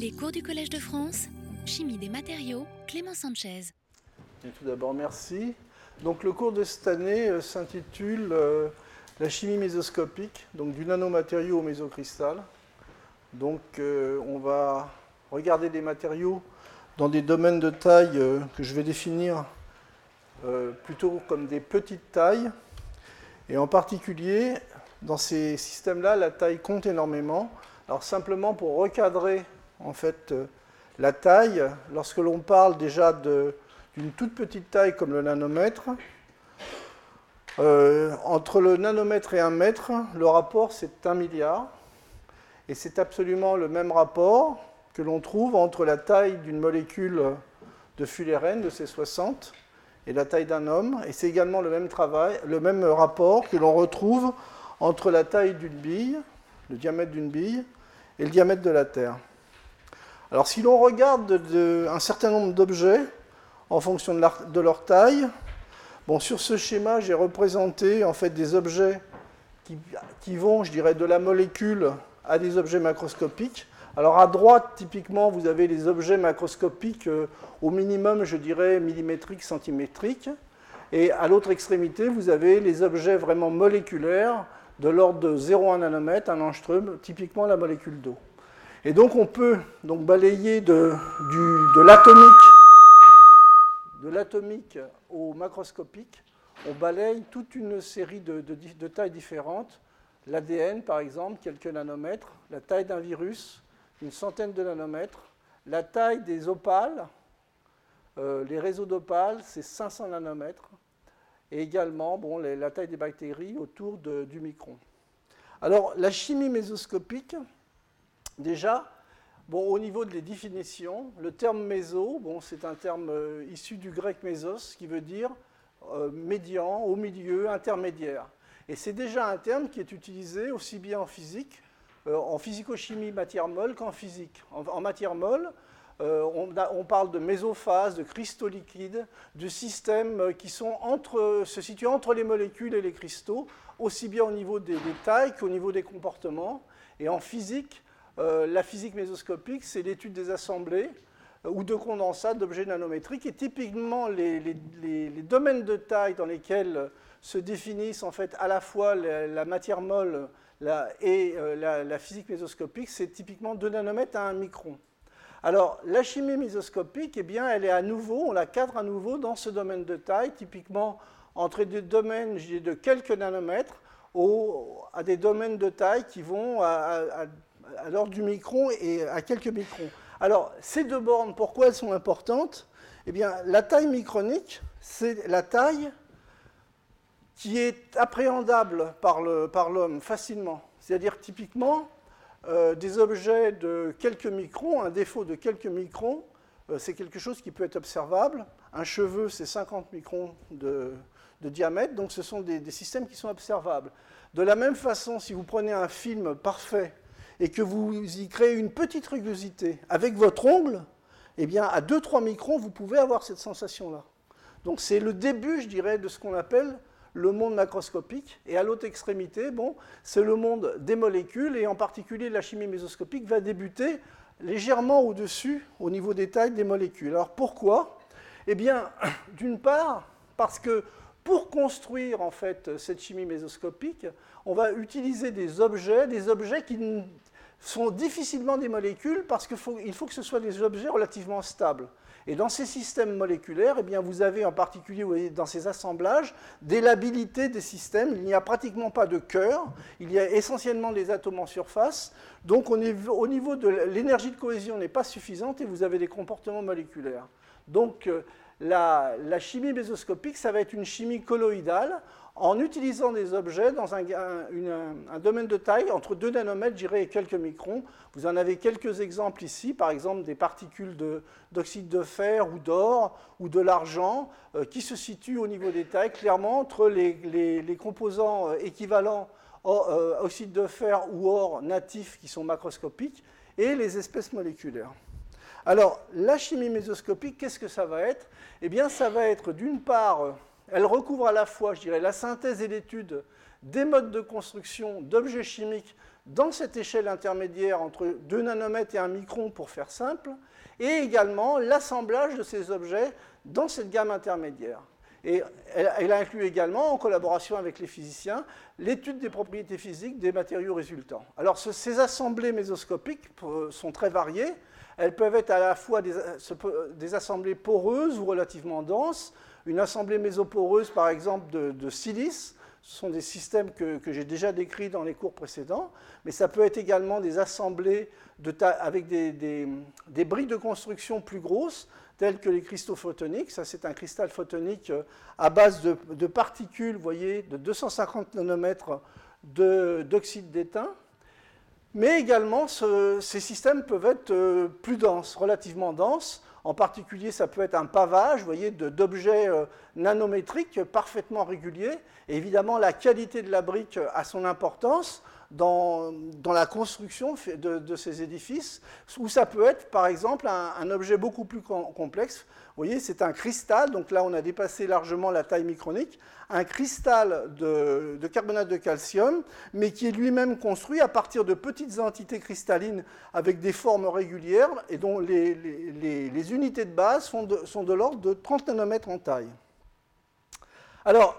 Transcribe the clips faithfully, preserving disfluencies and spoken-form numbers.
Les cours du Collège de France, Chimie des matériaux, Clément Sanchez. Et tout d'abord, merci. Donc, le cours de cette année euh, s'intitule euh, La chimie mésoscopique, donc du nanomatériau au mésocristal. Donc, euh, on va regarder des matériaux dans des domaines de taille euh, que je vais définir euh, plutôt comme des petites tailles. Et en particulier, dans ces systèmes-là, la taille compte énormément. Alors, simplement pour recadrer en fait euh, la taille, lorsque l'on parle déjà de, d'une toute petite taille comme le nanomètre, euh, entre le nanomètre et un mètre, le rapport c'est un milliard. Et c'est absolument le même rapport que l'on trouve entre la taille d'une molécule de fullerène, de C soixante, et la taille d'un homme. Et c'est également le même, travail, le même rapport que l'on retrouve entre la taille d'une bille, le diamètre d'une bille, et le diamètre de la Terre. Alors si l'on regarde de, de, un certain nombre d'objets en fonction de, la, de leur taille, bon, sur ce schéma, j'ai représenté en fait des objets qui, qui vont, je dirais, de la molécule à des objets macroscopiques. Alors à droite, typiquement, vous avez les objets macroscopiques euh, au minimum, je dirais, millimétriques, centimétriques. Et à l'autre extrémité, vous avez les objets vraiment moléculaires de l'ordre de zéro virgule un nanomètre, un angstrom, typiquement la molécule d'eau. Et donc on peut donc balayer de, du, de l'atomique de l'atomique au macroscopique, on balaye toute une série de, de, de tailles différentes. L'A D N, par exemple, quelques nanomètres, la taille d'un virus, une centaine de nanomètres, la taille des opales, euh, les réseaux d'opales, c'est cinq cents nanomètres, et également bon, les, la taille des bactéries autour de, du micron. Alors, la chimie mésoscopique, déjà, bon, au niveau des définitions, le terme méso, bon, c'est un terme euh, issu du grec mésos, qui veut dire euh, médian, au milieu, intermédiaire. Et c'est déjà un terme qui est utilisé aussi bien en physique, euh, en physico-chimie matière-molle qu'en physique. En, en matière-molle, euh, on, on parle de mésophase, de cristaux liquides, de systèmes qui sont entre, se situent entre les molécules et les cristaux, aussi bien au niveau des, des tailles qu'au niveau des comportements. Et en physique, Euh, la physique mésoscopique, c'est l'étude des assemblées euh, ou de condensats d'objets nanométriques. Et typiquement, les, les, les, les domaines de taille dans lesquels se définissent en fait à la fois la, la matière molle la, et euh, la, la physique mésoscopique, c'est typiquement deux nanomètres à un micron. Alors, la chimie mésoscopique, eh bien, elle est à nouveau, on la cadre à nouveau dans ce domaine de taille, typiquement entre des domaines de quelques nanomètres au, à des domaines de taille qui vont à, à, à à l'ordre du micron et à quelques microns. Alors, ces deux bornes, pourquoi elles sont importantes ? Eh bien, la taille micronique, c'est la taille qui est appréhendable par, le, par l'homme facilement. C'est-à-dire, typiquement, euh, des objets de quelques microns, un défaut de quelques microns, euh, c'est quelque chose qui peut être observable. Un cheveu, c'est cinquante microns de, de diamètre, donc ce sont des, des systèmes qui sont observables. De la même façon, si vous prenez un film parfait, et que vous y créez une petite rugosité avec votre ongle, eh bien, à deux à trois microns, vous pouvez avoir cette sensation-là. Donc, c'est le début, je dirais, de ce qu'on appelle le monde macroscopique. Et à l'autre extrémité, bon, c'est le monde des molécules, et en particulier, la chimie mésoscopique va débuter légèrement au-dessus, au niveau des tailles des molécules. Alors, pourquoi ? Eh bien, d'une part, parce que pour construire, en fait, cette chimie mésoscopique, on va utiliser des objets, des objets qui sont difficilement des molécules parce qu'il faut, il faut que ce soit des objets relativement stables. Et dans ces systèmes moléculaires, eh bien, vous avez en particulier, vous voyez, dans ces assemblages, des labilités des systèmes. Il n'y a pratiquement pas de cœur, il y a essentiellement des atomes en surface. Donc on est, au niveau de l'énergie de cohésion n'est pas suffisante et vous avez des comportements moléculaires. Donc la, la chimie mésoscopique, ça va être une chimie colloïdale, en utilisant des objets dans un, un, une, un domaine de taille entre deux nanomètres, je dirais, et quelques microns. Vous en avez quelques exemples ici, par exemple des particules de, d'oxyde de fer ou d'or ou de l'argent euh, qui se situent au niveau des tailles, clairement entre les, les, les composants euh, équivalents or, euh, oxyde de fer ou or natifs qui sont macroscopiques et les espèces moléculaires. Alors, la chimie mésoscopique, qu'est-ce que ça va être ? Eh bien, ça va être d'une part... Elle recouvre à la fois, je dirais, la synthèse et l'étude des modes de construction d'objets chimiques dans cette échelle intermédiaire entre deux nanomètres et un micron pour faire simple, et également l'assemblage de ces objets dans cette gamme intermédiaire. Et elle, elle inclut également, en collaboration avec les physiciens, l'étude des propriétés physiques des matériaux résultants. Alors ce, ces assemblées mésoscopiques sont très variées. Elles peuvent être à la fois des, des assemblées poreuses ou relativement denses. Une assemblée mésoporeuse, par exemple, de, de silice, ce sont des systèmes que, que j'ai déjà décrits dans les cours précédents, mais ça peut être également des assemblées de avec des, des, des briques de construction plus grosses, telles que les cristaux photoniques. Ça, c'est un cristal photonique à base de, de particules, vous voyez, de deux cent cinquante nanomètres d'oxyde d'étain. Mais également, ce, ces systèmes peuvent être plus denses, relativement denses. En particulier, ça peut être un pavage, vous voyez, d'objets nanométriques parfaitement réguliers. Et évidemment, la qualité de la brique a son importance dans, dans la construction de, de ces édifices, où ça peut être, par exemple, un, un objet beaucoup plus complexe. Vous voyez, c'est un cristal, donc là, on a dépassé largement la taille micronique, un cristal de, de carbonate de calcium, mais qui est lui-même construit à partir de petites entités cristallines avec des formes régulières, et dont les, les, les, les unités de base sont de, sont de l'ordre de trente nanomètres en taille. Alors,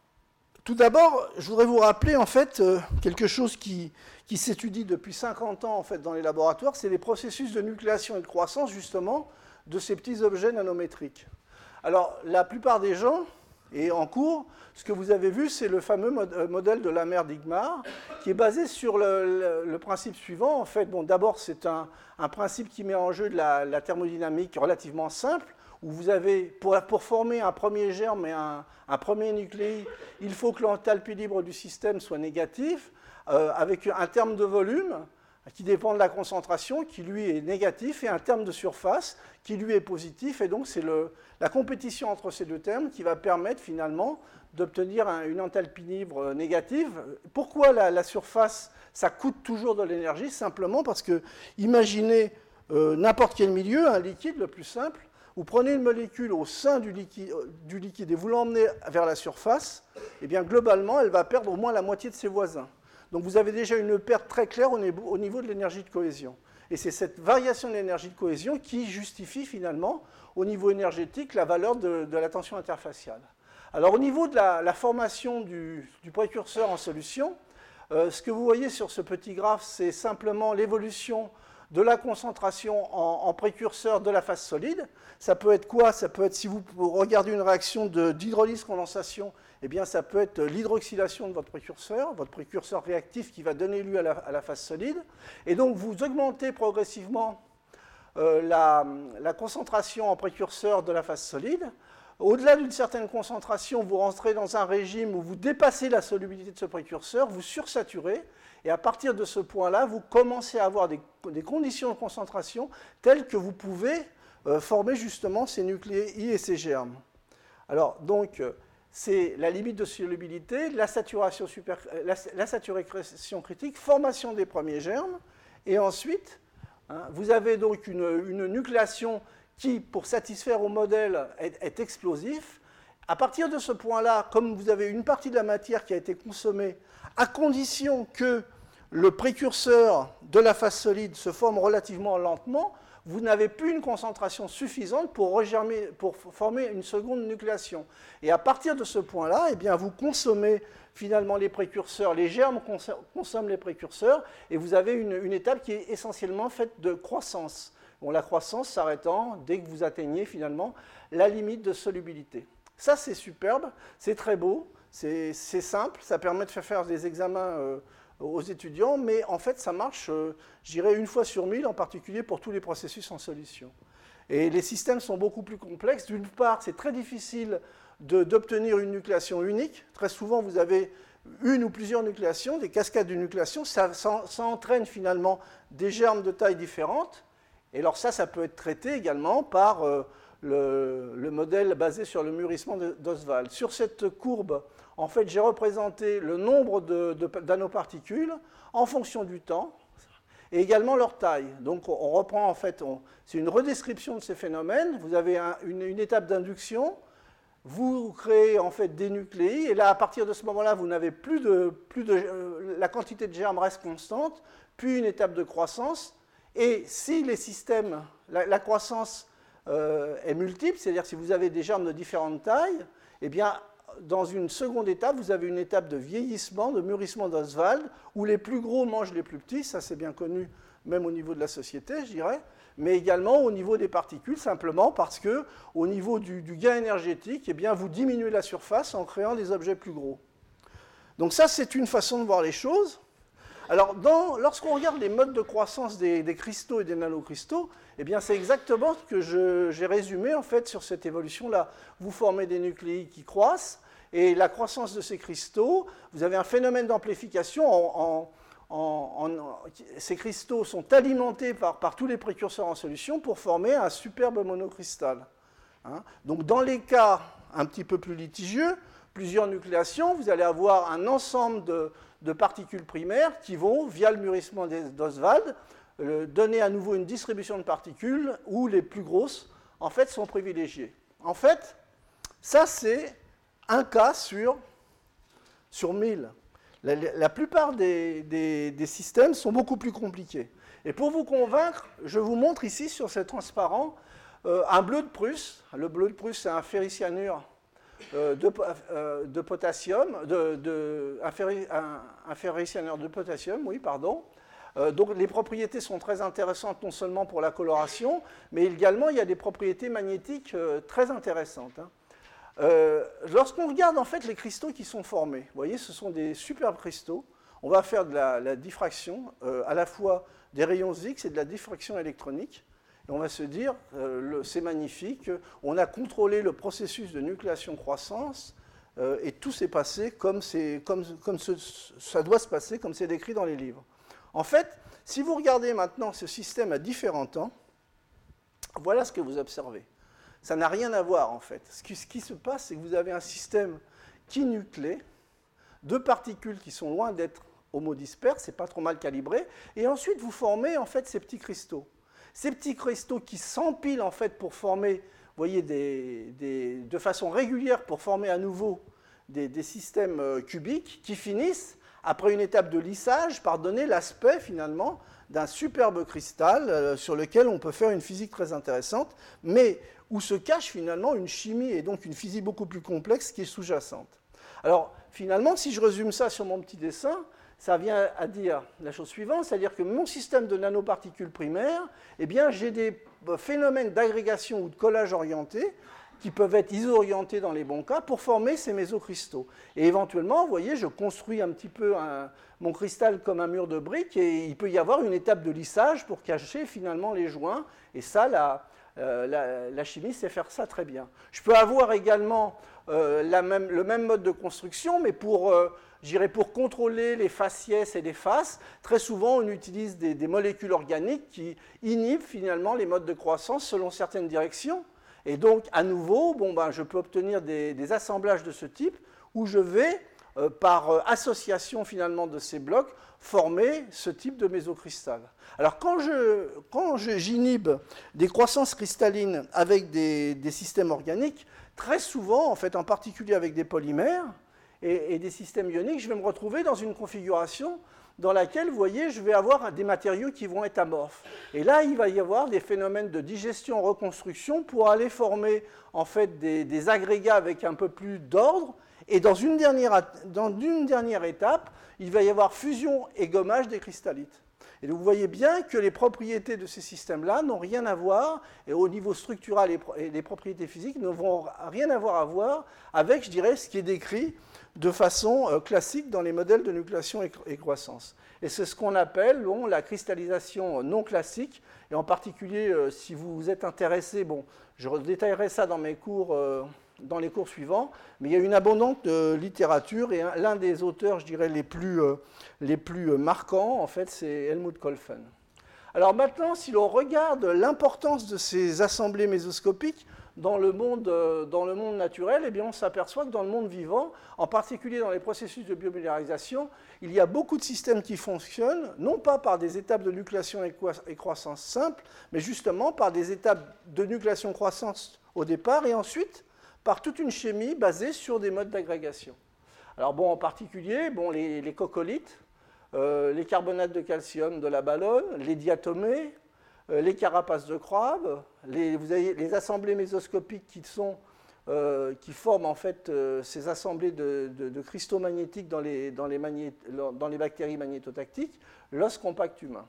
tout d'abord, je voudrais vous rappeler en fait euh, quelque chose qui, qui s'étudie depuis cinquante ans en fait, dans les laboratoires, c'est les processus de nucléation et de croissance justement de ces petits objets nanométriques. Alors, la plupart des gens, et en cours, ce que vous avez vu, c'est le fameux modèle de la mer d'Igmar, qui est basé sur le, le, le principe suivant. En fait, bon, d'abord, c'est un, un principe qui met en jeu de la, la thermodynamique relativement simple, où vous avez, pour, pour former un premier germe et un, un premier nucléi, il faut que l'enthalpie libre du système soit négatif, euh, avec un terme de volume qui dépend de la concentration, qui lui est négatif, et un terme de surface qui lui est positif. Et donc c'est la compétition entre ces deux termes qui va permettre finalement d'obtenir un, une enthalpie libre négative. Pourquoi la, la surface, ça coûte toujours de l'énergie? Simplement parce que, imaginez euh, n'importe quel milieu, un liquide le plus simple, vous prenez une molécule au sein du liquide, du liquide et vous l'emmenez vers la surface, et bien globalement, elle va perdre au moins la moitié de ses voisins. Donc vous avez déjà une perte très claire au niveau, au niveau de l'énergie de cohésion. Et c'est cette variation de l'énergie de cohésion qui justifie finalement, au niveau énergétique, la valeur de, de la tension interfaciale. Alors au niveau de la, la formation du, du précurseur en solution, euh, ce que vous voyez sur ce petit graphe, c'est simplement l'évolution de la concentration en, en précurseur de la phase solide. Ça peut être quoi? Ça peut être, si vous regardez une réaction d'hydrolyse-condensation, eh bien ça peut être l'hydroxylation de votre précurseur, votre précurseur réactif qui va donner lieu à la, à la phase solide. Et donc vous augmentez progressivement euh, la, la concentration en précurseur de la phase solide. Au-delà d'une certaine concentration, vous rentrez dans un régime où vous dépassez la solubilité de ce précurseur, vous sursaturez, et à partir de ce point-là, vous commencez à avoir des, des conditions de concentration telles que vous pouvez euh, former justement ces nucléi et ces germes. Alors, donc, euh, c'est la limite de solubilité, la saturation, super, la, la saturation critique, formation des premiers germes, et ensuite, hein, vous avez donc une, une nucléation qui, pour satisfaire au modèle, est, est explosif. À partir de ce point-là, comme vous avez une partie de la matière qui a été consommée, à condition que le précurseur de la phase solide se forme relativement lentement, vous n'avez plus une concentration suffisante pour, regermer, pour former une seconde nucléation. Et à partir de ce point-là, eh bien, vous consommez finalement les précurseurs, les germes consomment les précurseurs, et vous avez une, une étape qui est essentiellement faite de croissance. Bon, la croissance s'arrêtant dès que vous atteignez finalement la limite de solubilité. Ça, c'est superbe, c'est très beau, c'est simple, ça permet de faire faire des examens euh, aux étudiants, mais en fait, ça marche, euh, je dirais, une fois sur mille, en particulier pour tous les processus en solution. Et les systèmes sont beaucoup plus complexes. D'une part, c'est très difficile d'obtenir une nucléation unique. Très souvent, vous avez une ou plusieurs nucléations, des cascades de nucléations. Ça, ça, ça entraîne finalement des germes de taille différentes. Et alors ça, ça peut être traité également par euh, le, le modèle basé sur le mûrissement d'Ostwald. Sur cette courbe, en fait, j'ai représenté le nombre de, de, nanoparticules en fonction du temps et également leur taille. Donc on reprend, en fait, c'est une redescription de ces phénomènes. Vous avez un, une, une étape d'induction, vous créez en fait des nucléi, et là, à partir de ce moment-là, vous n'avez plus de, plus de euh, la quantité de germes reste constante, puis une étape de croissance, et si les systèmes, la, la croissance euh, est multiple, c'est-à-dire si vous avez des germes de différentes tailles, eh bien, dans une seconde étape, vous avez une étape de vieillissement, de mûrissement d'Oswald, où les plus gros mangent les plus petits, ça c'est bien connu même au niveau de la société, je dirais, mais également au niveau des particules, simplement parce que au niveau du, du gain énergétique, eh bien, vous diminuez la surface en créant des objets plus gros. Donc ça, c'est une façon de voir les choses. Alors, dans, lorsqu'on regarde les modes de croissance des, des cristaux et des nanocristaux, eh bien, c'est exactement ce que je, j'ai résumé en fait sur cette évolution-là. Vous formez des nucléi qui croissent, et la croissance de ces cristaux, vous avez un phénomène d'amplification. En, en, en, en, ces cristaux sont alimentés par, par tous les précurseurs en solution pour former un superbe monocristal. Hein. Donc, dans les cas un petit peu plus litigieux, plusieurs nucléations, vous allez avoir un ensemble de, de particules primaires qui vont, via le mûrissement d'Oswald, euh, donner à nouveau une distribution de particules où les plus grosses, en fait, sont privilégiées. En fait, ça, c'est un cas sur, sur mille. La, la plupart des, des, des systèmes sont beaucoup plus compliqués. Et pour vous convaincre, je vous montre ici, sur ce transparent, euh, un bleu de Prusse. Le bleu de Prusse, c'est un ferricyanure Euh, de, euh, de potassium, de, de, un, ferri, un, un ferricyanure de potassium, oui, pardon. Euh, donc les propriétés sont très intéressantes non seulement pour la coloration, mais également il y a des propriétés magnétiques euh, très intéressantes. Hein. Euh, lorsqu'on regarde en fait les cristaux qui sont formés, vous voyez, ce sont des superbes cristaux. On va faire de la, la diffraction, euh, à la fois des rayons X et de la diffraction électronique. Et on va se dire, euh, c'est magnifique, on a contrôlé le processus de nucléation-croissance euh, et tout s'est passé comme, comme, comme ce, ça doit se passer, comme c'est décrit dans les livres. En fait, si vous regardez maintenant ce système à différents temps, voilà ce que vous observez. Ça n'a rien à voir en fait. Ce qui, ce qui se passe, c'est que vous avez un système qui nuclée, deux particules qui sont loin d'être homodisperses, c'est pas trop mal calibré, et ensuite vous formez en fait ces petits cristaux. Ces petits cristaux qui s'empilent en fait pour former, vous voyez, des, des, de façon régulière pour former à nouveau des, des systèmes euh, cubiques qui finissent, après une étape de lissage, par donner l'aspect finalement d'un superbe cristal euh, sur lequel on peut faire une physique très intéressante, mais où se cache finalement une chimie et donc une physique beaucoup plus complexe qui est sous-jacente. Alors finalement, si je résume ça sur mon petit dessin, ça vient à dire la chose suivante, c'est-à-dire que mon système de nanoparticules primaires, eh bien, j'ai des phénomènes d'agrégation ou de collage orienté qui peuvent être isorientés dans les bons cas pour former ces mésocristaux. Et éventuellement, vous voyez, je construis un petit peu un, mon cristal comme un mur de briques et il peut y avoir une étape de lissage pour cacher finalement les joints. Et ça, la, euh, la, la chimie sait faire ça très bien. Je peux avoir également euh, la même, le même mode de construction, mais pour... Euh, J'irais pour contrôler les faciès et les faces, très souvent on utilise des, des molécules organiques qui inhibent finalement les modes de croissance selon certaines directions. Et donc à nouveau, bon, ben, je peux obtenir des, des assemblages de ce type où je vais, euh, par euh, association finalement de ces blocs, former ce type de mésocristal. Alors quand, je, quand je, j'inhibe des croissances cristallines avec des, des systèmes organiques, très souvent, en fait, en particulier avec des polymères, et des systèmes ioniques, je vais me retrouver dans une configuration dans laquelle, vous voyez, je vais avoir des matériaux qui vont être amorphes. Et là, il va y avoir des phénomènes de digestion-reconstruction pour aller former en fait des, des agrégats avec un peu plus d'ordre. Et dans une, dernière, dans une dernière étape, il va y avoir fusion et gommage des cristallites. Et donc vous voyez bien que les propriétés de ces systèmes-là n'ont rien à voir, et au niveau structural et les propriétés physiques ne vont rien avoir à voir avec, je dirais, ce qui est décrit de façon classique dans les modèles de nucléation et croissance. Et c'est ce qu'on appelle bon, la cristallisation non classique, et en particulier, euh, si vous vous êtes intéressé, bon, je détaillerai ça dans mes cours, euh, dans les cours suivants, mais il y a une abondante euh, littérature, et un, l'un des auteurs, je dirais, les plus, euh, les plus marquants, en fait, c'est Helmut Kolfen. Alors maintenant, si l'on regarde l'importance de ces assemblées mésoscopiques dans le monde, euh, dans le monde naturel, eh bien, on s'aperçoit que dans le monde vivant, en particulier dans les processus de biomodularisation, il y a beaucoup de systèmes qui fonctionnent, non pas par des étapes de nucléation et, et croissance simples, mais justement par des étapes de nucléation-croissance au départ, et ensuite par toute une chimie basée sur des modes d'agrégation. Alors bon, en particulier, bon, les, les coccolithes, euh, les carbonates de calcium de la ballonne, les diatomées, euh, les carapaces de crabe, les, vous avez les assemblées mésoscopiques qui, sont, euh, qui forment en fait euh, ces assemblées de, de, de cristaux magnétiques dans les, dans, les magnét, dans les bactéries magnétotactiques, l'os compact humain.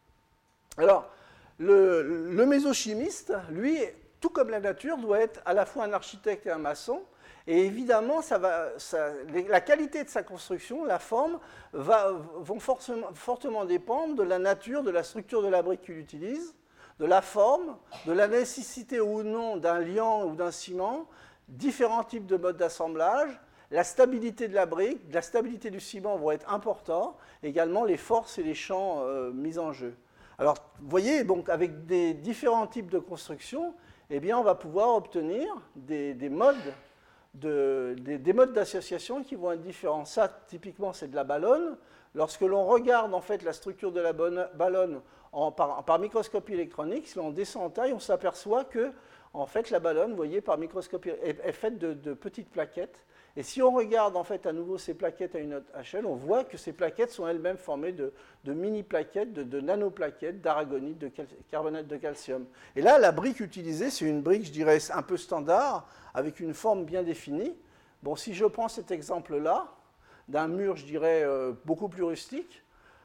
Alors, le, le mésochimiste, lui, tout comme la nature, doit être à la fois un architecte et un maçon. Et évidemment, ça va, ça, la qualité de sa construction, la forme, va, vont forcément, fortement dépendre de la nature, de la structure de la brique qu'il utilise, de la forme, de la nécessité ou non d'un liant ou d'un ciment, différents types de modes d'assemblage, la stabilité de la brique, la stabilité du ciment vont être importants, également les forces et les champs euh, mis en jeu. Alors, vous voyez, donc, avec des différents types de construction, eh bien, on va pouvoir obtenir des, des modes de, des, des modes d'association qui vont être différents. Ça, typiquement, c'est de la ballonne. Lorsque l'on regarde en fait la structure de la ballonne en, par, par microscopie électronique, si l'on descend en taille, on s'aperçoit que en fait, la ballonne, vous voyez, par microscopie, est, est faite de, de petites plaquettes. Et si on regarde en fait à nouveau ces plaquettes à une autre échelle, on voit que ces plaquettes sont elles-mêmes formées de, de mini-plaquettes, de, de nanoplaquettes, d'aragonite, de cal carbonate de calcium. Et là, la brique utilisée, c'est une brique, je dirais, un peu standard, avec une forme bien définie. Bon, si je prends cet exemple-là, d'un mur, je dirais, euh, beaucoup plus rustique,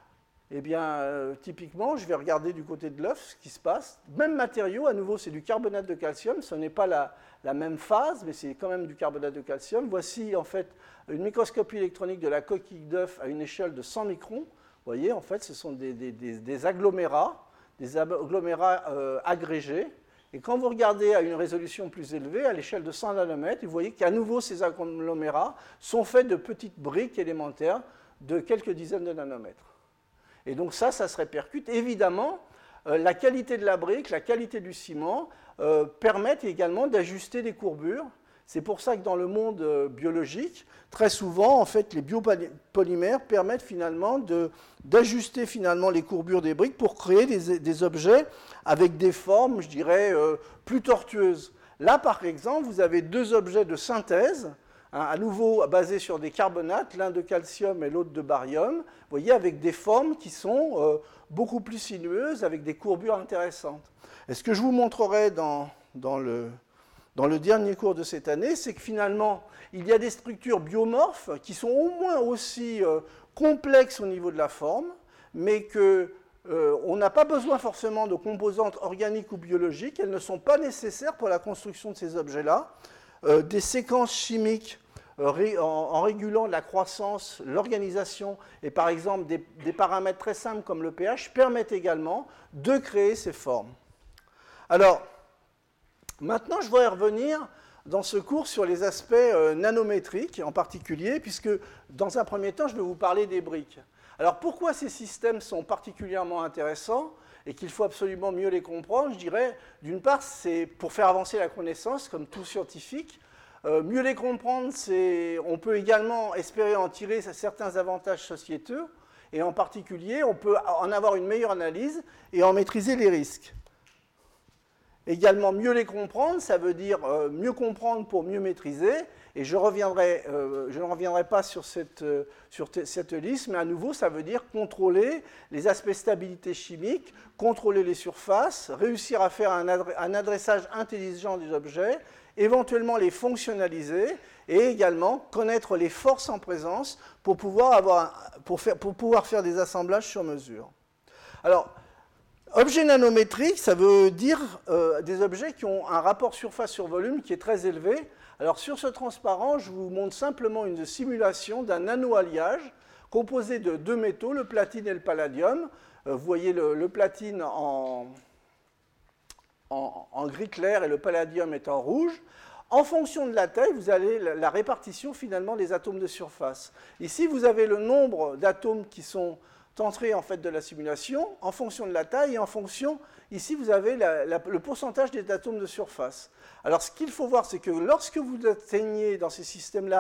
eh bien, euh, typiquement, je vais regarder du côté de l'œuf ce qui se passe. Même matériau, à nouveau, c'est du carbonate de calcium. Ce n'est pas la, la même phase, mais c'est quand même du carbonate de calcium. Voici, en fait, une microscopie électronique de la coquille d'œuf à une échelle de cent microns. Vous voyez, en fait, ce sont des, des, des, des agglomérats, des agglomérats euh, agrégés. Et quand vous regardez à une résolution plus élevée, à l'échelle de cent nanomètres, vous voyez qu'à nouveau, ces agglomérats sont faits de petites briques élémentaires de quelques dizaines de nanomètres. Et donc ça, ça se répercute. Évidemment, euh, la qualité de la brique, la qualité du ciment euh, permettent également d'ajuster les courbures. C'est pour ça que dans le monde euh, biologique, très souvent, en fait, les biopolymères permettent finalement d'ajuster finalement les courbures des briques pour créer des, des objets avec des formes, je dirais, euh, plus tortueuses. Là, par exemple, vous avez deux objets de synthèse, hein, à nouveau basés sur des carbonates, l'un de calcium et l'autre de barium, vous voyez, avec des formes qui sont euh, beaucoup plus sinueuses, avec des courbures intéressantes. Et ce que je vous montrerai dans, dans, le, dans le dernier cours de cette année, c'est que finalement, il y a des structures biomorphes qui sont au moins aussi euh, complexes au niveau de la forme, mais que Euh, on n'a pas besoin forcément de composantes organiques ou biologiques, elles ne sont pas nécessaires pour la construction de ces objets-là. Euh, des séquences chimiques euh, ré, en, en régulant la croissance, l'organisation et par exemple des, des paramètres très simples comme le pH permettent également de créer ces formes. Alors, maintenant je voudrais revenir dans ce cours sur les aspects euh, nanométriques en particulier, puisque dans un premier temps je vais vous parler des briques. Alors pourquoi ces systèmes sont particulièrement intéressants et qu'il faut absolument mieux les comprendre? Je dirais, d'une part, c'est pour faire avancer la connaissance, comme tout scientifique. Euh, mieux les comprendre, c'est, on peut également espérer en tirer certains avantages sociétaux, et en particulier, on peut en avoir une meilleure analyse et en maîtriser les risques. Également, mieux les comprendre, ça veut dire euh, mieux comprendre pour mieux maîtriser. Et je, reviendrai, euh, je ne reviendrai pas sur cette, euh, sur cette liste, mais à nouveau, ça veut dire contrôler les aspects stabilité chimique, contrôler les surfaces, réussir à faire un, adre un adressage intelligent des objets, éventuellement les fonctionnaliser, et également connaître les forces en présence pour pouvoir, avoir, pour faire, pour pouvoir faire des assemblages sur mesure. Alors, objet nanométrique, ça veut dire euh, des objets qui ont un rapport surface sur volume qui est très élevé. Alors sur ce transparent, je vous montre simplement une simulation d'un nano-alliage composé de deux métaux, le platine et le palladium. Euh, vous voyez le, le platine en, en, en gris clair et le palladium est en rouge. En fonction de la taille, vous avez la, la répartition finalement des atomes de surface. Ici, vous avez le nombre d'atomes qui sont entrée en fait de la simulation en fonction de la taille et en fonction, ici vous avez la, la, le pourcentage des atomes de surface. Alors ce qu'il faut voir, c'est que lorsque vous atteignez dans ces systèmes-là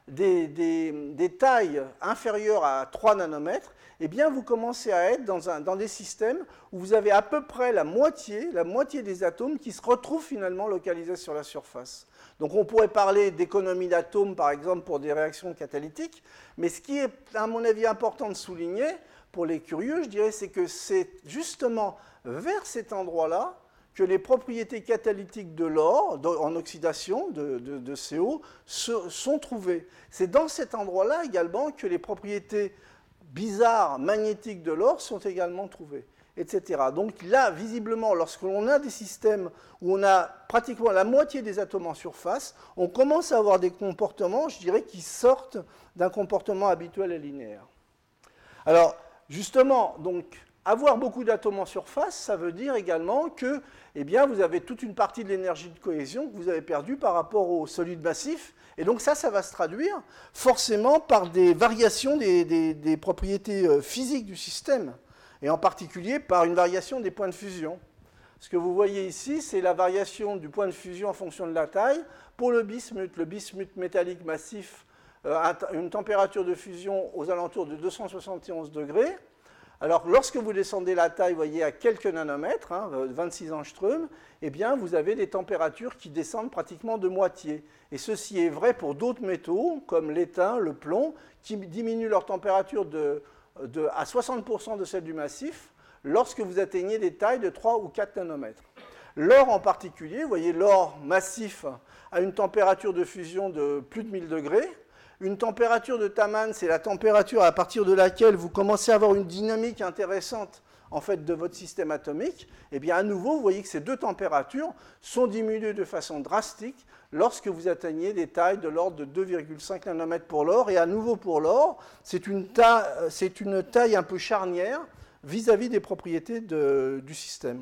des, des, des tailles inférieures à trois nanomètres, eh bien vous commencez à être dans, un, dans des systèmes où vous avez à peu près la moitié, la moitié des atomes qui se retrouvent finalement localisés sur la surface. Donc on pourrait parler d'économie d'atomes, par exemple, pour des réactions catalytiques, mais ce qui est, à mon avis, important de souligner, pour les curieux, je dirais, c'est que c'est justement vers cet endroit-là que les propriétés catalytiques de l'or, en oxydation de, de, de C O, se, sont trouvées. C'est dans cet endroit-là également que les propriétés bizarres magnétiques de l'or sont également trouvées, et cetera. Donc là, visiblement, lorsque l'on a des systèmes où on a pratiquement la moitié des atomes en surface, on commence à avoir des comportements, je dirais, qui sortent d'un comportement habituel et linéaire. Alors, justement, donc, avoir beaucoup d'atomes en surface, ça veut dire également que eh bien, vous avez toute une partie de l'énergie de cohésion que vous avez perdue par rapport au solide massif. Et donc ça, ça va se traduire forcément par des variations des, des, des propriétés physiques du système, et en particulier par une variation des points de fusion. Ce que vous voyez ici, c'est la variation du point de fusion en fonction de la taille. Pour le bismuth, le bismuth métallique massif a une température de fusion aux alentours de deux cent soixante et onze degrés. Alors, lorsque vous descendez la taille, vous voyez, à quelques nanomètres, hein, vingt-six angstroms, eh bien, vous avez des températures qui descendent pratiquement de moitié. Et ceci est vrai pour d'autres métaux, comme l'étain, le plomb, qui diminuent leur température de, de, à soixante pour cent de celle du massif, lorsque vous atteignez des tailles de trois ou quatre nanomètres. L'or en particulier, vous voyez, l'or massif a une température de fusion de plus de mille degrés. Une température de Taman, c'est la température à partir de laquelle vous commencez à avoir une dynamique intéressante en fait, de votre système atomique. Et bien à nouveau, vous voyez que ces deux températures sont diminuées de façon drastique lorsque vous atteignez des tailles de l'ordre de deux virgule cinq nanomètres pour l'or. Et à nouveau pour l'or, c'est une, c'est une taille un peu charnière vis-à-vis des propriétés de, du système.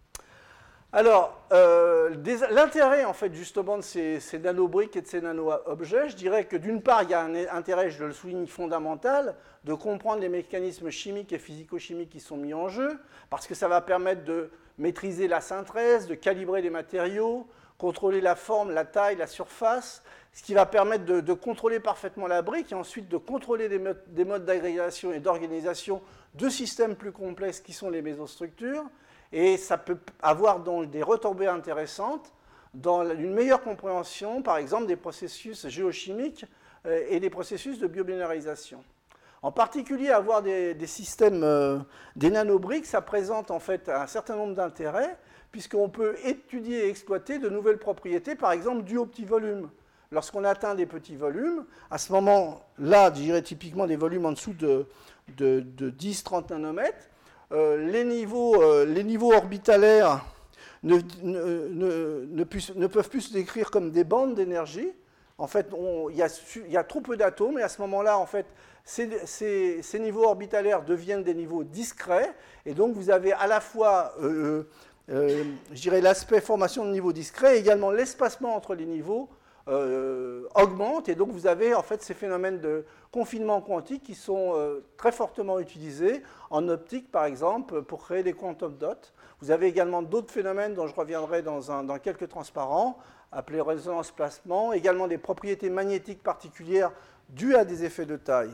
Alors, euh, l'intérêt, en fait, justement, de ces, ces nanobriques et de ces nano-objets, je dirais que d'une part, il y a un intérêt, je le souligne, fondamental, de comprendre les mécanismes chimiques et physico-chimiques qui sont mis en jeu, parce que ça va permettre de maîtriser la synthèse, de calibrer les matériaux, contrôler la forme, la taille, la surface, ce qui va permettre de, de contrôler parfaitement la brique et ensuite de contrôler des modes, des modes d'agrégation et d'organisation de systèmes plus complexes qui sont les mésostructures. Et ça peut avoir donc des retombées intéressantes dans une meilleure compréhension, par exemple, des processus géochimiques et des processus de biobinarisation. En particulier, avoir des, des systèmes, euh, des nanobriques, ça présente en fait un certain nombre d'intérêts, puisqu'on peut étudier et exploiter de nouvelles propriétés, par exemple, dues au petit volume. Lorsqu'on atteint des petits volumes, à ce moment-là, je dirais typiquement des volumes en dessous de, de, de dix à trente nanomètres, Euh, les, niveaux, euh, les niveaux orbitalaires ne, ne, ne, ne, puissent, ne peuvent plus se décrire comme des bandes d'énergie. En fait, il y, y a trop peu d'atomes, et à ce moment-là, en fait, ces, ces, ces niveaux orbitalaires deviennent des niveaux discrets, et donc vous avez à la fois, euh, euh, je dirais, l'aspect formation de niveaux discrets, et également l'espacement entre les niveaux euh, augmente, et donc vous avez en fait ces phénomènes de confinement quantique qui sont euh, très fortement utilisés en optique, par exemple, pour créer des quantum dots. Vous avez également d'autres phénomènes dont je reviendrai dans, un, dans quelques transparents, appelés résonance-placement, également des propriétés magnétiques particulières dues à des effets de taille.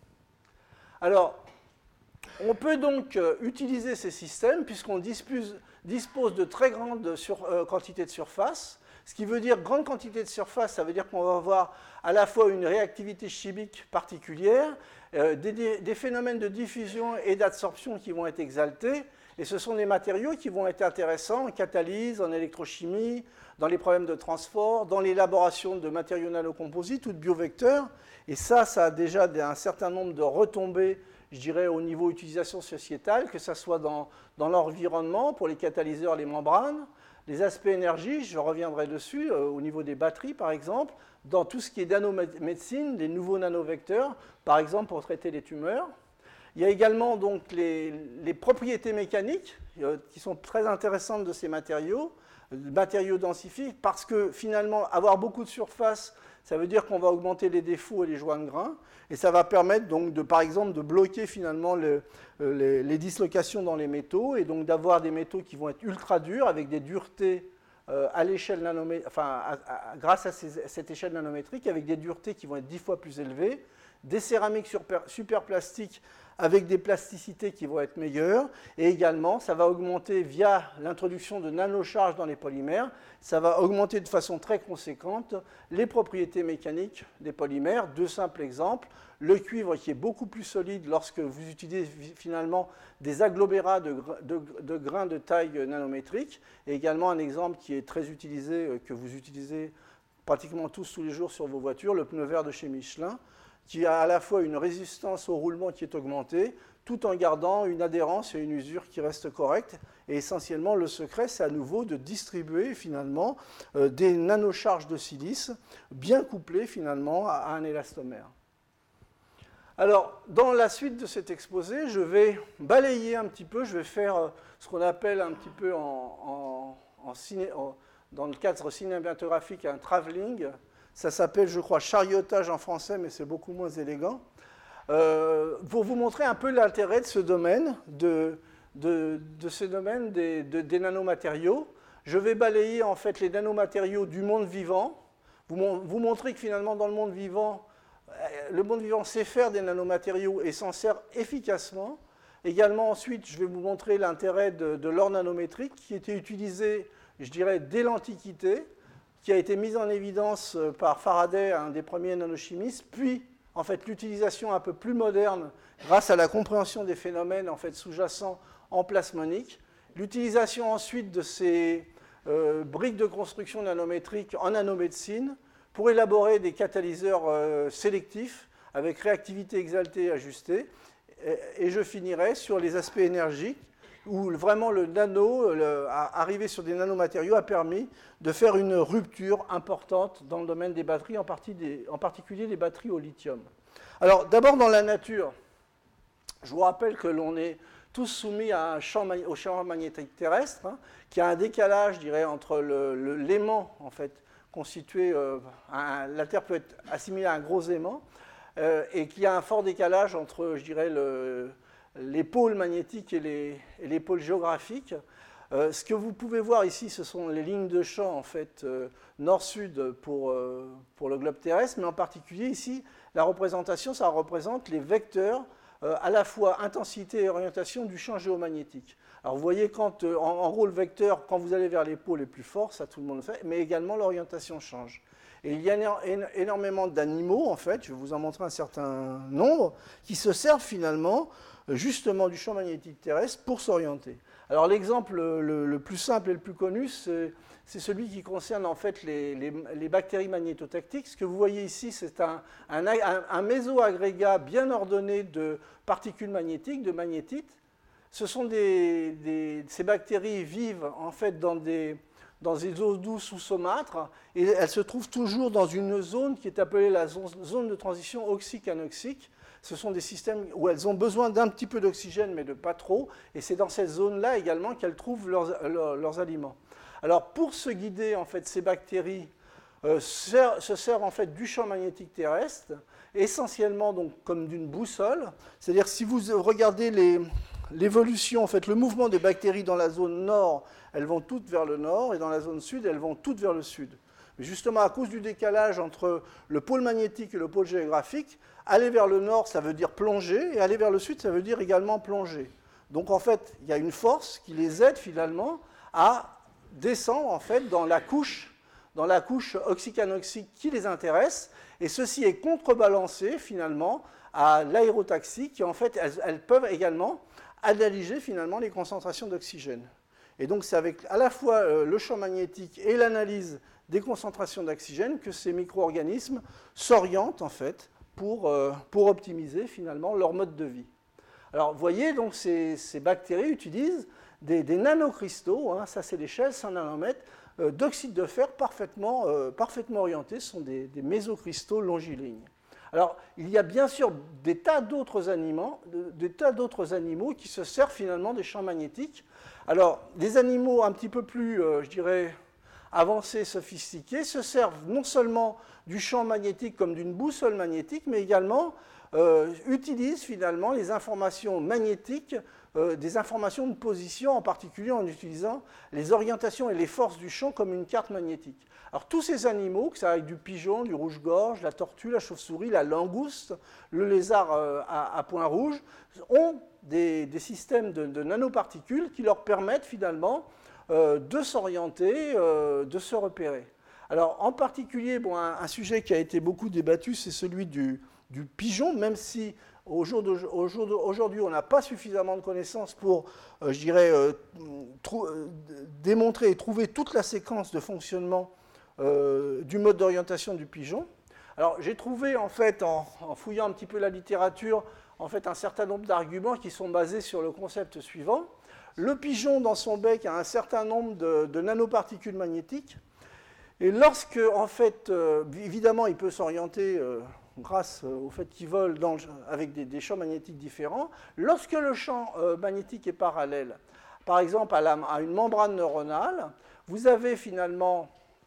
Alors, on peut donc euh, utiliser ces systèmes puisqu'on dispose, dispose de très grandes sur, euh, quantités de surface. Ce qui veut dire grande quantité de surface, ça veut dire qu'on va avoir à la fois une réactivité chimique particulière, euh, des, des phénomènes de diffusion et d'absorption qui vont être exaltés, et ce sont des matériaux qui vont être intéressants en catalyse, en électrochimie, dans les problèmes de transport, dans l'élaboration de matériaux nanocomposites ou de biovecteurs, et ça, ça a déjà un certain nombre de retombées, je dirais, au niveau utilisation sociétale, que ce soit dans, dans l'environnement, pour les catalyseurs, les membranes, les aspects énergie, je reviendrai dessus, euh, au niveau des batteries par exemple, dans tout ce qui est nanomédecine, les nouveaux nanovecteurs, par exemple pour traiter les tumeurs. Il y a également donc les, les propriétés mécaniques euh, qui sont très intéressantes de ces matériaux, euh, matériaux densifiés, parce que finalement avoir beaucoup de surface, ça veut dire qu'on va augmenter les défauts et les joints de grains, et ça va permettre donc de, par exemple, de bloquer finalement le, les, les dislocations dans les métaux, et donc d'avoir des métaux qui vont être ultra durs, avec des duretés euh, à l'échelle nanométrique, enfin, à, à, grâce à, ces, à cette échelle nanométrique, avec des duretés qui vont être dix fois plus élevées, des céramiques super, super plastiques avec des plasticités qui vont être meilleures, et également, ça va augmenter via l'introduction de nanocharges dans les polymères, ça va augmenter de façon très conséquente les propriétés mécaniques des polymères. Deux simples exemples, le cuivre qui est beaucoup plus solide lorsque vous utilisez finalement des agglomérats de, de, de grains de taille nanométrique, et également un exemple qui est très utilisé, que vous utilisez pratiquement tous tous les jours sur vos voitures, le pneu vert de chez Michelin, qui a à la fois une résistance au roulement qui est augmentée, tout en gardant une adhérence et une usure qui restent correctes. Et essentiellement, le secret, c'est à nouveau de distribuer finalement euh, des nanocharges de silice bien couplées finalement à, à un élastomère. Alors, dans la suite de cet exposé, je vais balayer un petit peu, je vais faire euh, ce qu'on appelle un petit peu en, en, en ciné, en, dans le cadre cinématographique un travelling. Ça s'appelle, je crois, chariotage en français, mais c'est beaucoup moins élégant. Euh, pour vous montrer un peu l'intérêt de ce domaine, de, de, de ce domaine des, de, des nanomatériaux. Je vais balayer en fait les nanomatériaux du monde vivant. Vous, vous montrer que finalement, dans le monde vivant, le monde vivant sait faire des nanomatériaux et s'en sert efficacement. Également, ensuite, je vais vous montrer l'intérêt de, de l'or nanométrique qui était utilisé, je dirais, dès l'Antiquité, qui a été mise en évidence par Faraday, un des premiers nanochimistes, puis en fait l'utilisation un peu plus moderne grâce à la compréhension des phénomènes en fait sous-jacents en plasmonique, l'utilisation ensuite de ces euh, briques de construction nanométrique en nanomédecine pour élaborer des catalyseurs euh, sélectifs avec réactivité exaltée et ajustée, et, et je finirai sur les aspects énergiques où vraiment le nano, le, arriver sur des nanomatériaux a permis de faire une rupture importante dans le domaine des batteries, en, partie des, en particulier des batteries au lithium. Alors d'abord dans la nature, je vous rappelle que l'on est tous soumis à un champ, au champ magnétique terrestre, hein, qui a un décalage, je dirais, entre l'aimant, en fait, constitué, euh, un, la Terre peut être assimilée à un gros aimant, euh, et qui a un fort décalage entre, je dirais, le... les pôles magnétiques et les, et les pôles géographiques. Euh, ce que vous pouvez voir ici, ce sont les lignes de champ en fait, euh, nord-sud pour, euh, pour le globe terrestre, mais en particulier ici, la représentation, ça représente les vecteurs euh, à la fois intensité et orientation du champ géomagnétique. Alors vous voyez, quand, euh, en, en gros, le vecteur, quand vous allez vers les pôles les plus forts, ça tout le monde le fait, mais également l'orientation change. Et il y a énormément d'animaux, en fait, je vais vous en montrer un certain nombre, qui se servent finalement justement du champ magnétique terrestre pour s'orienter. Alors l'exemple le, le plus simple et le plus connu, c'est celui qui concerne en fait les, les, les bactéries magnétotactiques. Ce que vous voyez ici, c'est un, un, un, un méso-agrégat bien ordonné de particules magnétiques, de magnétites. Ce sont des, des, ces bactéries vivent en fait dans des, dans des eaux douces ou saumâtres, et elles se trouvent toujours dans une zone qui est appelée la zone, zone de transition oxyque-anoxique. Ce sont des systèmes où elles ont besoin d'un petit peu d'oxygène, mais de pas trop, et c'est dans cette zone-là également qu'elles trouvent leurs, leurs, leurs aliments. Alors, pour se guider, en fait, ces bactéries euh, se, se servent en fait du champ magnétique terrestre, essentiellement donc comme d'une boussole. C'est-à-dire, si vous regardez l'évolution, en fait, le mouvement des bactéries dans la zone nord, elles vont toutes vers le nord, et dans la zone sud, elles vont toutes vers le sud. Mais justement, à cause du décalage entre le pôle magnétique et le pôle géographique, aller vers le nord, ça veut dire plonger, et aller vers le sud, ça veut dire également plonger. Donc en fait, il y a une force qui les aide finalement à descendre en fait dans la couche, dans la couche oxycanoxique qui les intéresse, et ceci est contrebalancé finalement à l'aérotaxie, qui en fait, elles, elles peuvent également analyser finalement les concentrations d'oxygène. Et donc c'est avec à la fois euh, le champ magnétique et l'analyse des concentrations d'oxygène que ces micro-organismes s'orientent en fait pour, euh, pour optimiser finalement leur mode de vie. Alors vous voyez, donc ces, ces bactéries utilisent des, des nanocristaux, hein, ça c'est l'échelle, cent nanomètres, euh, d'oxyde de fer parfaitement, euh, parfaitement orientés, ce sont des, des mésocristaux longilignes. Alors il y a bien sûr des tas d'autres animaux, des tas d'autres animaux qui se servent finalement des champs magnétiques. Alors des animaux un petit peu plus, euh, je dirais, avancés, sophistiqués, se servent non seulement du champ magnétique comme d'une boussole magnétique, mais également euh, utilisent finalement les informations magnétiques euh, des informations de position, en particulier en utilisant les orientations et les forces du champ comme une carte magnétique. Alors tous ces animaux, que ça aille du pigeon, du rouge-gorge, la tortue, la chauve-souris, la langouste, le lézard euh, à, à points rouges, ont des, des systèmes de, de nanoparticules qui leur permettent finalement euh, de s'orienter, euh, de se repérer. Alors en particulier, bon, un, un sujet qui a été beaucoup débattu, c'est celui du, du pigeon, même si au jour d'aujourd'hui, on n'a pas suffisamment de connaissances pour, euh, je dirais, euh, euh, démontrer et trouver toute la séquence de fonctionnement euh, du mode d'orientation du pigeon. Alors j'ai trouvé, en fait, en, en fouillant un petit peu la littérature, en fait, un certain nombre d'arguments qui sont basés sur le concept suivant. Le pigeon, dans son bec, a un certain nombre de, de nanoparticules magnétiques. Et lorsque, en fait, euh, évidemment, il peut s'orienter euh, grâce au fait qu'il vole dans le, avec des, des champs magnétiques différents, lorsque le champ euh, magnétique est parallèle, par exemple à, la, à une membrane neuronale, vous avez finalement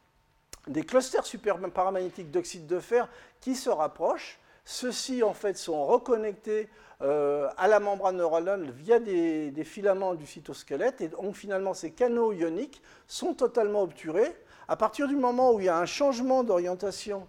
des clusters superparamagnétiques d'oxyde de fer qui se rapprochent. Ceux-ci, en fait, sont reconnectés euh, à la membrane neuronale via des, des filaments du cytosquelette, et donc finalement, ces canaux ioniques sont totalement obturés. À partir du moment où il y a un changement d'orientation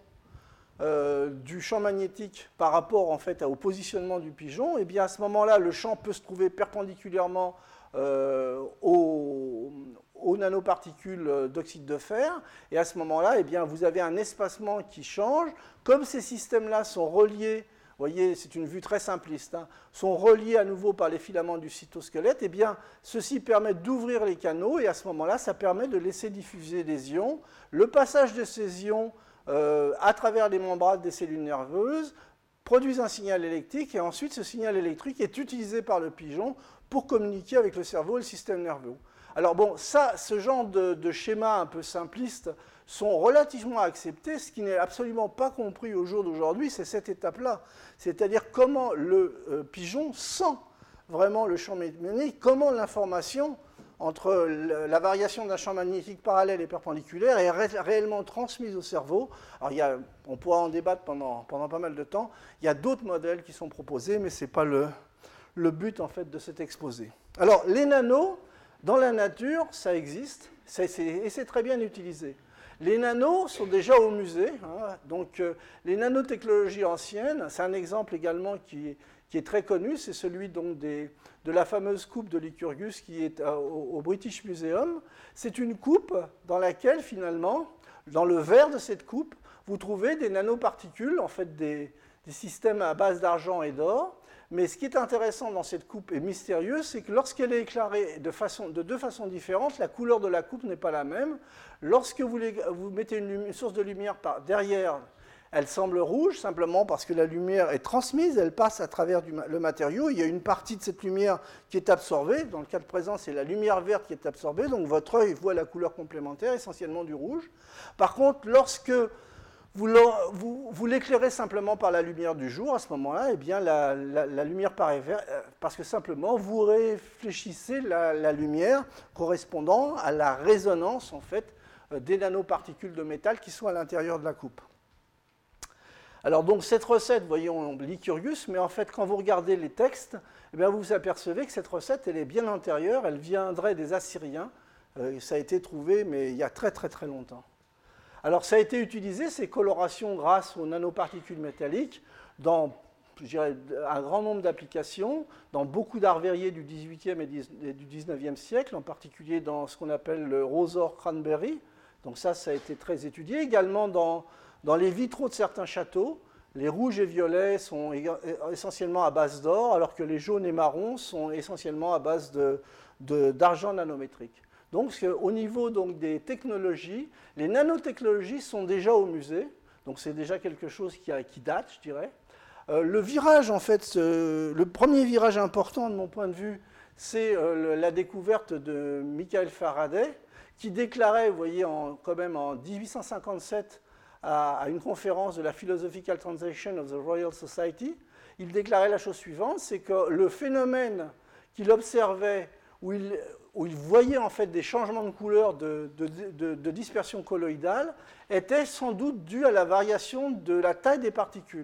euh, du champ magnétique par rapport en fait, au positionnement du pigeon, et bien à ce moment-là, le champ peut se trouver perpendiculairement euh, aux, aux nanoparticules d'oxyde de fer, et à ce moment-là, eh bien, vous avez un espacement qui change. Comme ces systèmes-là sont reliés, vous voyez, c'est une vue très simpliste, hein, sont reliés à nouveau par les filaments du cytosquelette, eh bien, ceci permet d'ouvrir les canaux, et à ce moment-là, ça permet de laisser diffuser des ions. Le passage de ces ions euh, à travers les membranes des cellules nerveuses produit un signal électrique, et ensuite, ce signal électrique est utilisé par le pigeon pour communiquer avec le cerveau et le système nerveux. Alors bon, ça, ce genre de, de schéma un peu simpliste sont relativement acceptés. Ce qui n'est absolument pas compris au jour d'aujourd'hui, c'est cette étape-là. C'est-à-dire comment le euh, pigeon sent vraiment le champ magnétique, comment l'information entre le, la variation d'un champ magnétique parallèle et perpendiculaire est ré, réellement transmise au cerveau. Alors il y a, on pourra en débattre pendant, pendant pas mal de temps. Il y a d'autres modèles qui sont proposés, mais ce n'est pas le, le but en fait de cet exposé. Alors les nanos, dans la nature, ça existe, c'est, c'est, et c'est très bien utilisé. Les nanos sont déjà au musée, hein, donc euh, les nanotechnologies anciennes, c'est un exemple également qui est, qui est très connu, c'est celui donc des, de la fameuse coupe de Lycurgus qui est euh, au, au British Museum. C'est une coupe dans laquelle finalement, dans le verre de cette coupe, vous trouvez des nanoparticules, en fait des, des systèmes à base d'argent et d'or. Mais ce qui est intéressant dans cette coupe et mystérieux, c'est que lorsqu'elle est éclairée de, façon, de deux façons différentes, la couleur de la coupe n'est pas la même. Lorsque vous, les, vous mettez une, une source de lumière par derrière, elle semble rouge, simplement parce que la lumière est transmise, elle passe à travers du, le matériau. Il y a une partie de cette lumière qui est absorbée. Dans le cas présent, c'est la lumière verte qui est absorbée. Donc votre œil voit la couleur complémentaire, essentiellement du rouge. Par contre, lorsque Vous, vous, vous l'éclairez simplement par la lumière du jour, à ce moment-là, eh bien, la, la, la lumière paraît verte, parce que simplement, vous réfléchissez la, la lumière correspondant à la résonance, en fait, des nanoparticules de métal qui sont à l'intérieur de la coupe. Alors, donc, cette recette, voyons, Lycurgus, mais en fait, quand vous regardez les textes, eh bien, vous vous apercevez que cette recette, elle est bien antérieure, elle viendrait des Assyriens. Euh, ça a été trouvé, mais il y a très, très, très longtemps. Alors, ça a été utilisé, ces colorations, grâce aux nanoparticules métalliques, dans je dirais, un grand nombre d'applications, dans beaucoup d'arts verriers du dix-huitième et du dix-neuvième siècle, en particulier dans ce qu'on appelle le rose-or cranberry. Donc ça, ça a été très étudié. Également dans, dans les vitraux de certains châteaux, les rouges et violets sont essentiellement à base d'or, alors que les jaunes et marrons sont essentiellement à base de, de, d'argent nanométrique. Donc, au niveau donc, des technologies, les nanotechnologies sont déjà au musée, donc c'est déjà quelque chose qui, a, qui date, je dirais. Euh, le virage, en fait, ce, le premier virage important de mon point de vue, c'est euh, le, la découverte de Michael Faraday, qui déclarait, vous voyez, en, quand même en dix-huit cent cinquante-sept, à, à une conférence de la Philosophical Translation of the Royal Society, il déclarait la chose suivante, c'est que le phénomène qu'il observait, où il, où il voyait en fait des changements de couleur de, de, de, de dispersion colloïdale, était sans doute dû à la variation de la taille des particules.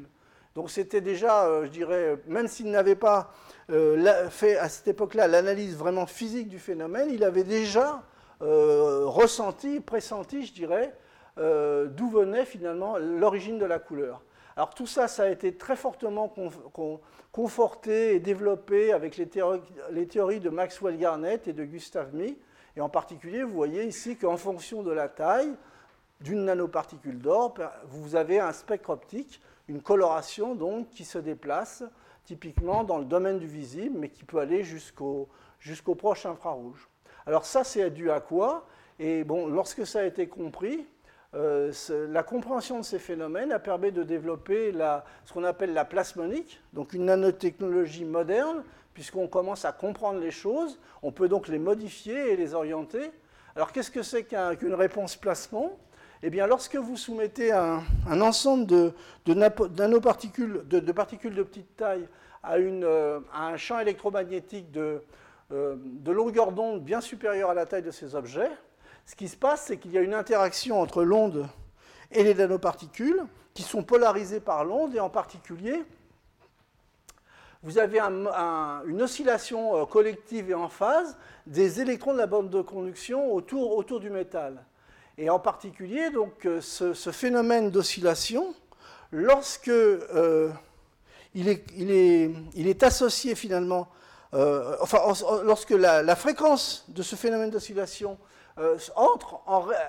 Donc c'était déjà, euh, je dirais, même s'il n'avait pas euh, la, fait à cette époque-là l'analyse vraiment physique du phénomène, il avait déjà euh, ressenti, pressenti, je dirais, euh, d'où venait finalement l'origine de la couleur. Alors tout ça, ça a été très fortement con, con, conforté et développé avec les théories, les théories de Maxwell Garnett et de Gustav Mie. Et en particulier, vous voyez ici qu'en fonction de la taille d'une nanoparticule d'or, vous avez un spectre optique, une coloration donc qui se déplace typiquement dans le domaine du visible, mais qui peut aller jusqu'au jusqu'au proche infrarouge. Alors ça, c'est dû à quoi? Et bon, lorsque ça a été compris, euh, la compréhension de ces phénomènes a permis de développer la, ce qu'on appelle la plasmonique, donc une nanotechnologie moderne, puisqu'on commence à comprendre les choses, on peut donc les modifier et les orienter. Alors qu'est-ce que c'est qu'un, qu'une réponse plasmon? Eh bien, lorsque vous soumettez un, un ensemble de, de nanoparticules, de, de particules de petite taille à, une, à un champ électromagnétique de, de longueur d'onde bien supérieure à la taille de ces objets, ce qui se passe, c'est qu'il y a une interaction entre l'onde et les nanoparticules qui sont polarisées par l'onde, et en particulier, vous avez un, un, une oscillation collective et en phase des électrons de la bande de conduction autour, autour du métal. Et en particulier, donc, ce, ce phénomène d'oscillation, lorsque euh, il, est, il, est, il est associé finalement, euh, enfin, lorsque la, la fréquence de ce phénomène d'oscillation euh, entre, en, euh,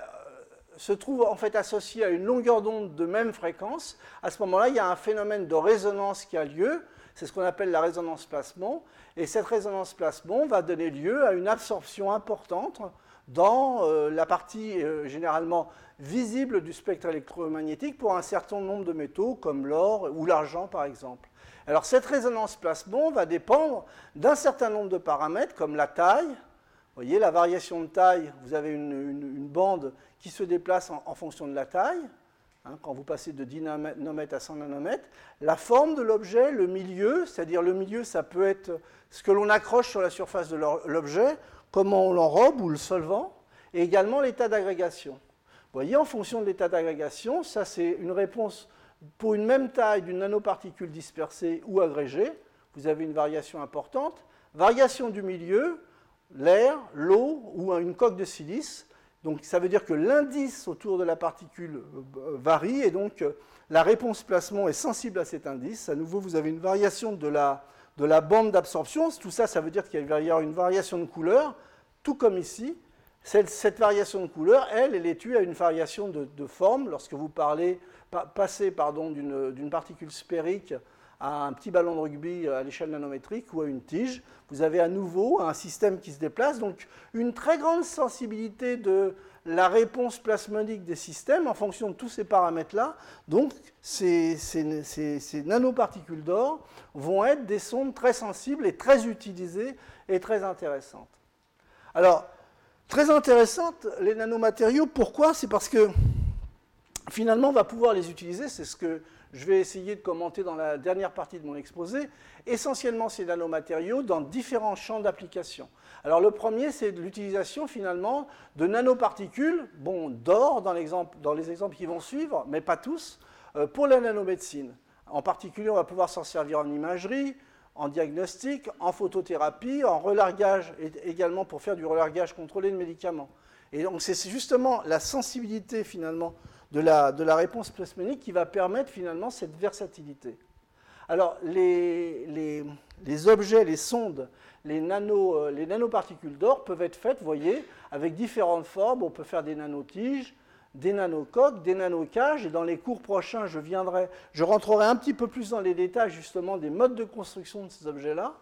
se trouve en fait associée à une longueur d'onde de même fréquence, à ce moment-là, il y a un phénomène de résonance qui a lieu. C'est ce qu'on appelle la résonance plasmon. Et cette résonance plasmon va donner lieu à une absorption importante dans euh, la partie euh, généralement visible du spectre électromagnétique pour un certain nombre de métaux comme l'or ou l'argent par exemple. Alors cette résonance plasmon va dépendre d'un certain nombre de paramètres comme la taille. Vous voyez, la variation de taille, vous avez une, une, une bande qui se déplace en, en fonction de la taille, hein, quand vous passez de dix nanomètres à cent nanomètres. La forme de l'objet, le milieu, c'est-à-dire le milieu, ça peut être ce que l'on accroche sur la surface de l'objet, comment on l'enrobe ou le solvant, et également l'état d'agrégation. Vous voyez, en fonction de l'état d'agrégation, ça c'est une réponse pour une même taille d'une nanoparticule dispersée ou agrégée, vous avez une variation importante. Variation du milieu, l'air, l'eau ou une coque de silice. Donc ça veut dire que l'indice autour de la particule varie, et donc la réponse plasmon est sensible à cet indice. À nouveau, vous avez une variation de la... de la bande d'absorption. Tout ça, ça veut dire qu'il va y avoir une variation de couleur, tout comme ici. Cette, cette variation de couleur, elle, elle est due à une variation de, de forme. Lorsque vous parlez, pa, passez pardon, d'une, d'une particule sphérique à un petit ballon de rugby à l'échelle nanométrique ou à une tige, vous avez à nouveau un système qui se déplace. Donc une très grande sensibilité de la réponse plasmonique des systèmes en fonction de tous ces paramètres-là. Donc ces, ces, ces, ces nanoparticules d'or vont être des sondes très sensibles et très utilisées et très intéressantes. Alors, très intéressantes, les nanomatériaux, pourquoi? C'est parce que finalement, on va pouvoir les utiliser, c'est ce que je vais essayer de commenter dans la dernière partie de mon exposé, essentiellement ces nanomatériaux dans différents champs d'application. Alors le premier, c'est l'utilisation finalement de nanoparticules, bon, d'or dans, dans les exemples qui vont suivre, mais pas tous, euh, pour la nanomédecine. En particulier, on va pouvoir s'en servir en imagerie, en diagnostic, en photothérapie, en relargage, et également pour faire du relargage contrôlé de médicaments. Et donc c'est justement la sensibilité finalement de la, de la réponse plasmonique qui va permettre finalement cette versatilité. Alors les, les, les objets, les sondes, les, nano, les nanoparticules d'or peuvent être faites, vous voyez, avec différentes formes. On peut faire des nanotiges, des nanocoques, des nanocages, et dans les cours prochains, je viendrai, je rentrerai un petit peu plus dans les détails justement des modes de construction de ces objets-là.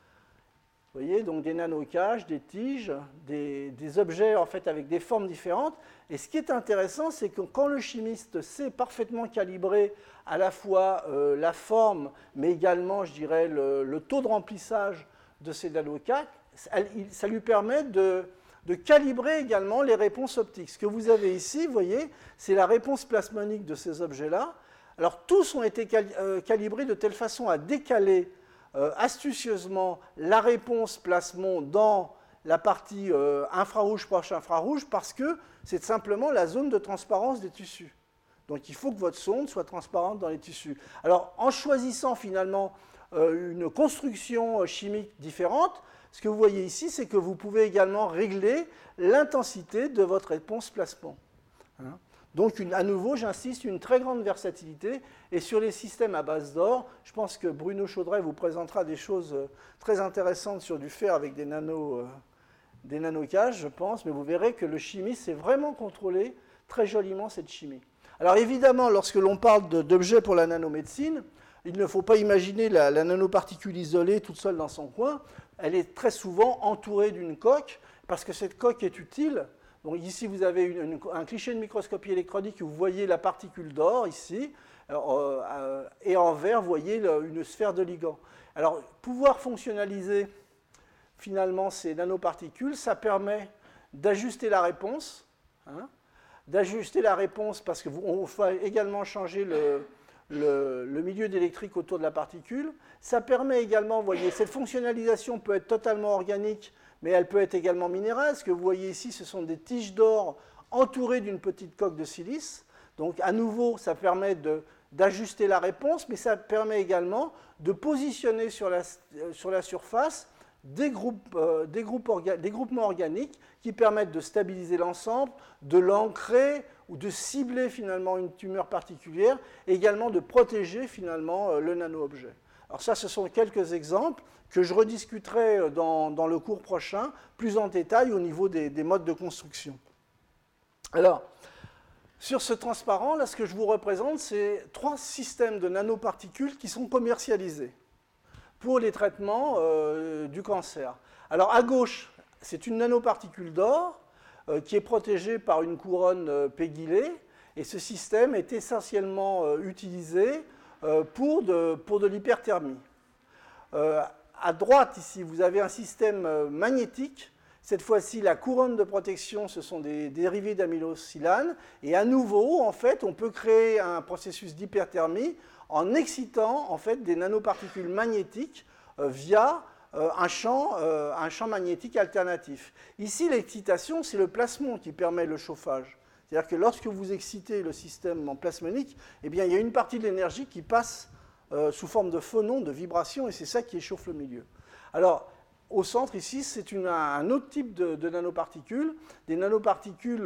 Vous voyez, donc des nanocages, des tiges, des, des objets en fait avec des formes différentes. Et ce qui est intéressant, c'est que quand le chimiste sait parfaitement calibrer à la fois euh, la forme, mais également, je dirais, le, le taux de remplissage de ces nanocaques, ça lui permet de, de calibrer également les réponses optiques. Ce que vous avez ici, vous voyez, c'est la réponse plasmonique de ces objets-là. Alors tous ont été cali euh, calibrés de telle façon à décaler Euh, astucieusement la réponse plasmon dans la partie euh, infrarouge, proche infrarouge, parce que c'est simplement la zone de transparence des tissus. Donc il faut que votre sonde soit transparente dans les tissus. Alors en choisissant finalement euh, une construction chimique différente, ce que vous voyez ici, c'est que vous pouvez également régler l'intensité de votre réponse placement. Hein. Donc une, à nouveau, j'insiste, une très grande versatilité. Et sur les systèmes à base d'or, je pense que Bruno Chaudret vous présentera des choses très intéressantes sur du fer avec des nano, euh, des nanocages, je pense. Mais vous verrez que le chimiste sait vraiment contrôler très joliment cette chimie. Alors évidemment, lorsque l'on parle d'objets pour la nanomédecine, il ne faut pas imaginer la, la nanoparticule isolée toute seule dans son coin. Elle est très souvent entourée d'une coque, parce que cette coque est utile. Donc ici, vous avez une, une, un cliché de microscopie électronique où vous voyez la particule d'or, ici, euh, euh, et en vert, vous voyez le, une sphère de ligand. Alors, pouvoir fonctionnaliser finalement ces nanoparticules, ça permet d'ajuster la réponse, hein, d'ajuster la réponse parce qu'on va également changer le, le, le milieu d'électrique autour de la particule. Ça permet également, vous voyez, cette fonctionnalisation peut être totalement organique, mais elle peut être également minérale. Ce que vous voyez ici, ce sont des tiges d'or entourées d'une petite coque de silice. Donc, à nouveau, ça permet d'ajuster la réponse, mais ça permet également de positionner sur la, sur la surface des, groupes, euh, des, groupes orga, des groupements organiques qui permettent de stabiliser l'ensemble, de l'ancrer ou de cibler finalement une tumeur particulière, et également de protéger finalement euh, le nano-objet. Alors ça, ce sont quelques exemples que je rediscuterai dans, dans le cours prochain, plus en détail au niveau des, des modes de construction. Alors, sur ce transparent, là, ce que je vous représente, c'est trois systèmes de nanoparticules qui sont commercialisés pour les traitements euh, du cancer. Alors, à gauche, c'est une nanoparticule d'or euh, qui est protégée par une couronne euh, pégylée, et ce système est essentiellement euh, utilisé Pour de, pour de l'hyperthermie. Euh, à droite, ici, vous avez un système magnétique. Cette fois-ci, la couronne de protection, ce sont des dérivés d'amylosylane. Et à nouveau, en fait, on peut créer un processus d'hyperthermie en excitant en fait, des nanoparticules magnétiques euh, via euh, un, champ, euh, un champ magnétique alternatif. Ici, l'excitation, c'est le plasmon qui permet le chauffage. C'est-à-dire que lorsque vous excitez le système en plasmonique, eh bien, il y a une partie de l'énergie qui passe euh, sous forme de phonons, de vibrations, et c'est ça qui échauffe le milieu. Alors, au centre, ici, c'est un autre type de, de nanoparticules, des nanoparticules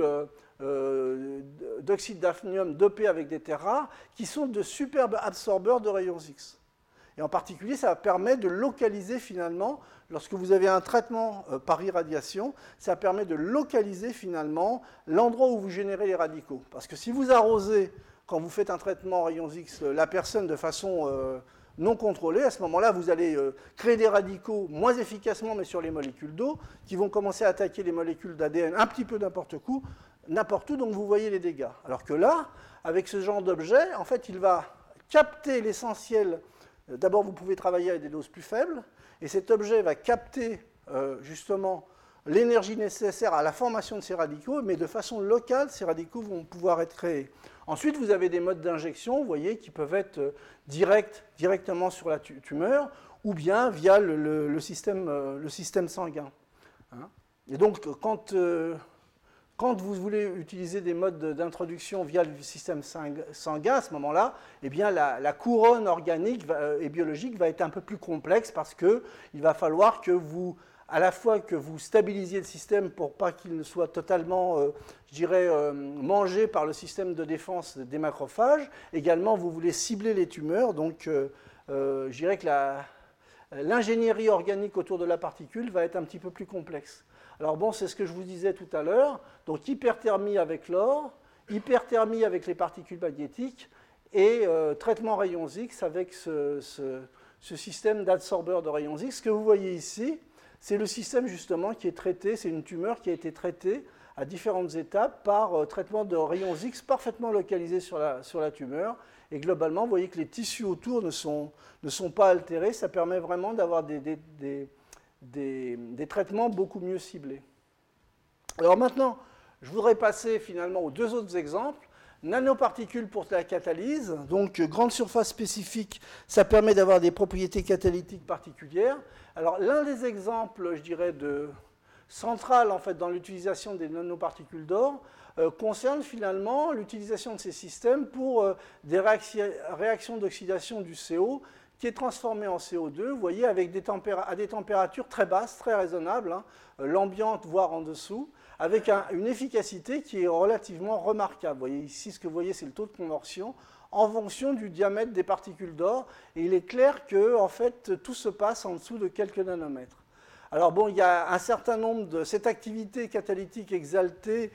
euh, d'oxyde d'hafnium dopées avec des terres rares, qui sont de superbes absorbeurs de rayons X. Et en particulier, ça permet de localiser finalement, lorsque vous avez un traitement euh, par irradiation, ça permet de localiser finalement l'endroit où vous générez les radicaux. Parce que si vous arrosez, quand vous faites un traitement en rayons X, la personne de façon euh, non contrôlée, à ce moment-là, vous allez euh, créer des radicaux moins efficacement, mais sur les molécules d'eau, qui vont commencer à attaquer les molécules d'A D N un petit peu n'importe où, n'importe où, donc vous voyez les dégâts. Alors que là, avec ce genre d'objet, en fait, il va capter l'essentiel. D'abord, vous pouvez travailler avec des doses plus faibles, et cet objet va capter euh, justement l'énergie nécessaire à la formation de ces radicaux, mais de façon locale, ces radicaux vont pouvoir être créés. Ensuite, vous avez des modes d'injection, vous voyez, qui peuvent être euh, directs, directement sur la tumeur, ou bien via le, le, le, système, euh, le système sanguin. Hein. Et donc, quand... Euh, Quand vous voulez utiliser des modes d'introduction via le système sanguin, à ce moment-là, eh bien la, la couronne organique va, et biologique va être un peu plus complexe parce qu'il va falloir que vous, à la fois que vous stabilisiez le système pour pas qu'il ne soit totalement, euh, je dirais, euh, mangé par le système de défense des macrophages. Également, vous voulez cibler les tumeurs, donc euh, euh, je dirais que l'ingénierie organique autour de la particule va être un petit peu plus complexe. Alors bon, c'est ce que je vous disais tout à l'heure, donc hyperthermie avec l'or, hyperthermie avec les particules magnétiques et euh, traitement rayons X avec ce, ce, ce système d'absorbeur de rayons X. Ce que vous voyez ici, c'est le système justement qui est traité, c'est une tumeur qui a été traitée à différentes étapes par euh, traitement de rayons X parfaitement localisés sur la, sur la tumeur. Et globalement, vous voyez que les tissus autour ne sont, ne sont pas altérés, ça permet vraiment d'avoir des... des, des Des, des traitements beaucoup mieux ciblés. Alors maintenant, je voudrais passer finalement aux deux autres exemples. Nanoparticules pour la catalyse, donc grande surface spécifique, ça permet d'avoir des propriétés catalytiques particulières. Alors l'un des exemples, je dirais, de, centrale en fait, dans l'utilisation des nanoparticules d'or euh, concerne finalement l'utilisation de ces systèmes pour euh, des réactions, réactions d'oxydation du C O qui est transformé en C O deux, vous voyez, avec des à des températures très basses, très raisonnables, hein, l'ambiante, voire en dessous, avec un, une efficacité qui est relativement remarquable. Vous voyez, ici, ce que vous voyez, c'est le taux de conversion en fonction du diamètre des particules d'or, et il est clair que, en fait, tout se passe en dessous de quelques nanomètres. Alors bon, il y a un certain nombre de cette activité catalytique exaltée.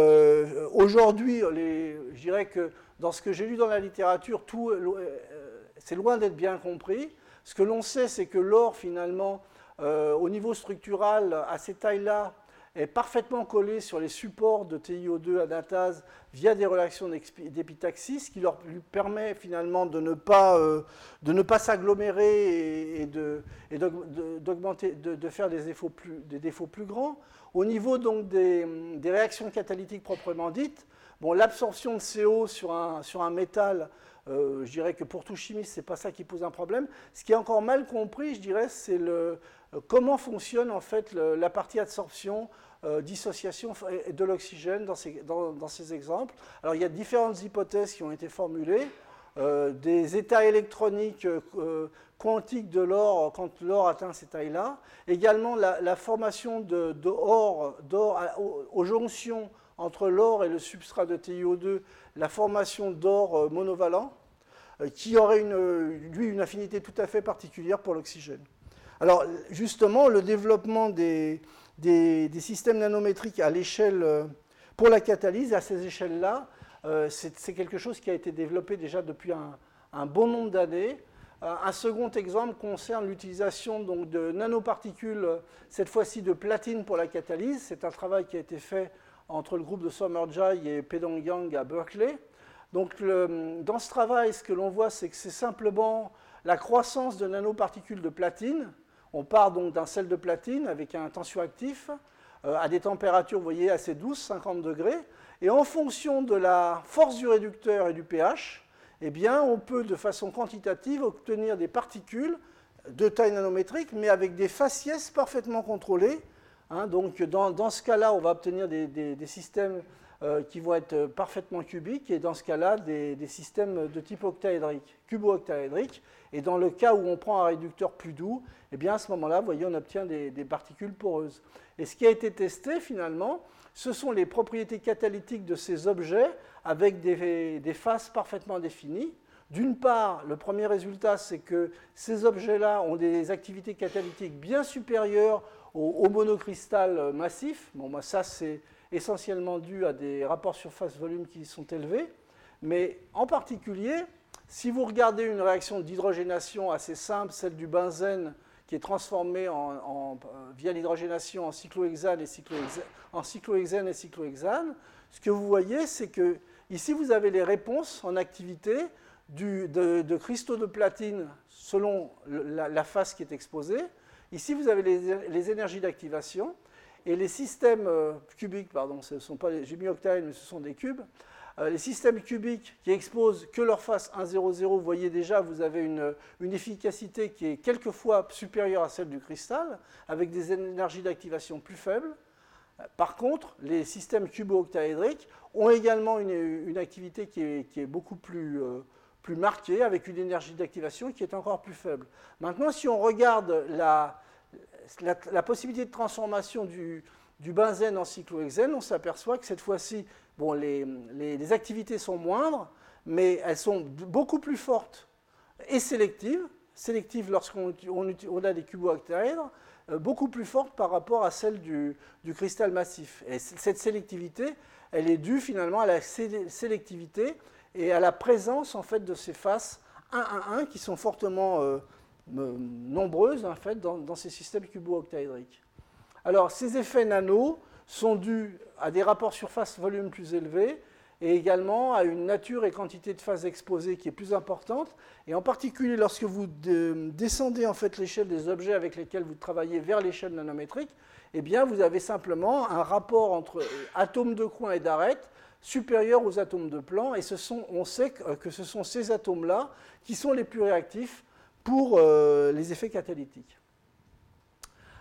Euh, Aujourd'hui, je dirais que dans ce que j'ai lu dans la littérature, tout, euh, c'est loin d'être bien compris. Ce que l'on sait, c'est que l'or, finalement, euh, au niveau structural, à ces tailles-là, est parfaitement collé sur les supports de T i O deux adatase via des réactions d'épitaxie, ce qui leur lui permet finalement de ne pas, euh, de ne pas s'agglomérer et, et, de, et d'augmenter, de, de faire des défauts, plus, des défauts plus grands. Au niveau donc des, des réactions catalytiques proprement dites, bon, l'absorption de C O sur un, sur un métal, euh, je dirais que pour tout chimiste, ce n'est pas ça qui pose un problème. Ce qui est encore mal compris, je dirais, c'est le, comment fonctionne en fait le, la partie absorption, euh, dissociation de l'oxygène dans ces, dans, dans ces exemples. Alors il y a différentes hypothèses qui ont été formulées. Euh, des états électroniques euh, quantiques de l'or quand l'or atteint ces tailles-là. Également la, la formation de, de or, d'or aux, aux jonctions entre l'or et le substrat de T i O deux, la formation d'or euh, monovalent, euh, qui aurait une, lui une affinité tout à fait particulière pour l'oxygène. Alors justement, le développement des, des, des systèmes nanométriques à l'échelle, euh, pour la catalyse, à ces échelles-là, euh, c'est, c'est quelque chose qui a été développé déjà depuis un, un bon nombre d'années. Euh, un second exemple concerne l'utilisation donc, de nanoparticules, cette fois-ci de platine pour la catalyse. C'est un travail qui a été fait entre le groupe de Sommerjai et Pedong-Yang à Berkeley. Donc, le, dans ce travail, ce que l'on voit, c'est que c'est simplement la croissance de nanoparticules de platine. On part donc d'un sel de platine avec un tensioactif euh, à des températures, vous voyez, assez douces, cinquante degrés. Et en fonction de la force du réducteur et du pH, eh bien, on peut de façon quantitative obtenir des particules de taille nanométrique, mais avec des faciès parfaitement contrôlés. Hein, donc, dans, dans ce cas-là, on va obtenir des, des, des systèmes euh, qui vont être parfaitement cubiques, et dans ce cas-là, des, des systèmes de type octaédrique, cubo-octaédrique. Et dans le cas où on prend un réducteur plus doux, eh bien, à ce moment-là, vous voyez, on obtient des, des particules poreuses. Et ce qui a été testé, finalement, ce sont les propriétés catalytiques de ces objets avec des, des phases parfaitement définies. D'une part, le premier résultat, c'est que ces objets-là ont des activités catalytiques bien supérieures au, au monocristal massif. Bon, moi, ça, c'est essentiellement dû à des rapports surface-volume qui sont élevés. Mais en particulier, si vous regardez une réaction d'hydrogénation assez simple, celle du benzène, qui est transformé en, en, via l'hydrogénation en cyclohexane et, cyclohexane, en cyclohexane et cyclohexane, ce que vous voyez, c'est que ici, vous avez les réponses en activité du, de, de cristaux de platine selon la, la phase qui est exposée. Ici, vous avez les, les énergies d'activation et les systèmes euh, cubiques, pardon, ce ne sont pas les octaèdres, mais ce sont des cubes. Euh, les systèmes cubiques qui exposent que leur face un zéro zéro, vous voyez déjà, vous avez une, une efficacité qui est quelquefois supérieure à celle du cristal, avec des énergies d'activation plus faibles. Par contre, les systèmes cubo-octaédriques ont également une, une activité qui est, qui est beaucoup plus, euh, plus marquée, avec une énergie d'activation qui est encore plus faible. Maintenant, si on regarde la, la, la possibilité de transformation du, du benzène en cyclohexène, on s'aperçoit que cette fois-ci, bon, les, les, les activités sont moindres, mais elles sont beaucoup plus fortes et sélectives, sélectives lorsqu'on on, on a des cubo-octaèdres, beaucoup plus forte par rapport à celle du, du cristal massif. Et cette sélectivité, elle est due finalement à la sélectivité et à la présence en fait de ces faces un un un qui sont fortement euh, nombreuses en fait dans, dans ces systèmes cubo-octaédriques. Alors ces effets nano sont dus à des rapports surface-volume plus élevés et également à une nature et quantité de phases exposées qui est plus importante. Et en particulier, lorsque vous de, descendez en fait l'échelle des objets avec lesquels vous travaillez vers l'échelle nanométrique, eh bien, vous avez simplement un rapport entre atomes de coin et d'arête supérieur aux atomes de plan. Et ce sont, on sait que ce sont ces atomes-là qui sont les plus réactifs pour euh, les effets catalytiques.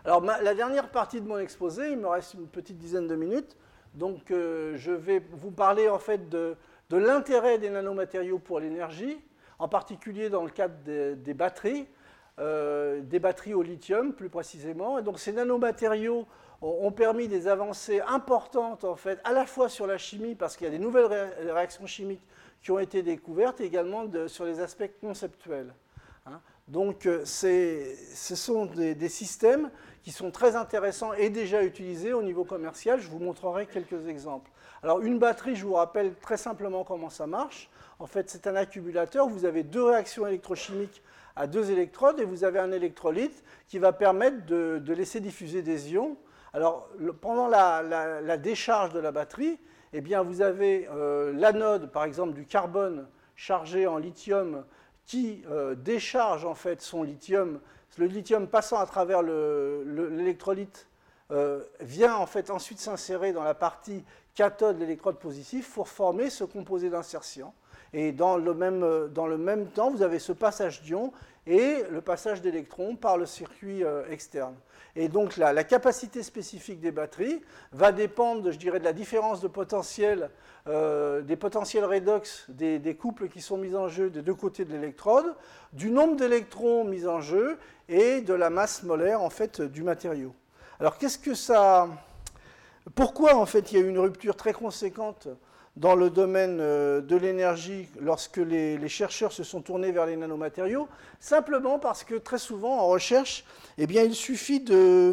Alors, ma, la dernière partie de mon exposé, il me reste une petite dizaine de minutes, donc euh, je vais vous parler en fait de, de l'intérêt des nanomatériaux pour l'énergie, en particulier dans le cadre des, des batteries, euh, des batteries au lithium plus précisément. Et donc ces nanomatériaux ont, ont permis des avancées importantes en fait, à la fois sur la chimie, parce qu'il y a des nouvelles ré réactions chimiques qui ont été découvertes, et également de, sur les aspects conceptuels. Hein. Donc ce sont des, des systèmes qui sont très intéressants et déjà utilisés au niveau commercial. Je vous montrerai quelques exemples. Alors une batterie, je vous rappelle très simplement comment ça marche. En fait, c'est un accumulateur. Vous avez deux réactions électrochimiques à deux électrodes et vous avez un électrolyte qui va permettre de, de laisser diffuser des ions. Alors le, pendant la, la, la décharge de la batterie, eh bien, vous avez euh, l'anode, par exemple, du carbone chargé en lithium qui euh, décharge en fait son lithium. Le lithium passant à travers l'électrolyte euh, vient en fait ensuite s'insérer dans la partie cathode de l'électrode positif pour former ce composé d'insertion. Et dans le, même, dans le même temps, vous avez ce passage d'ions et le passage d'électrons par le circuit euh, externe. Et donc la, la capacité spécifique des batteries va dépendre, je dirais, de la différence de potentiel, euh, des potentiels redox, des, des couples qui sont mis en jeu des deux côtés de l'électrode, du nombre d'électrons mis en jeu et de la masse molaire en fait, du matériau. Alors qu'est-ce que ça... Pourquoi en fait il y a eu une rupture très conséquente dans le domaine de l'énergie lorsque les, les chercheurs se sont tournés vers les nanomatériaux? Simplement parce que très souvent en recherche, eh bien, il suffit de,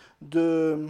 de,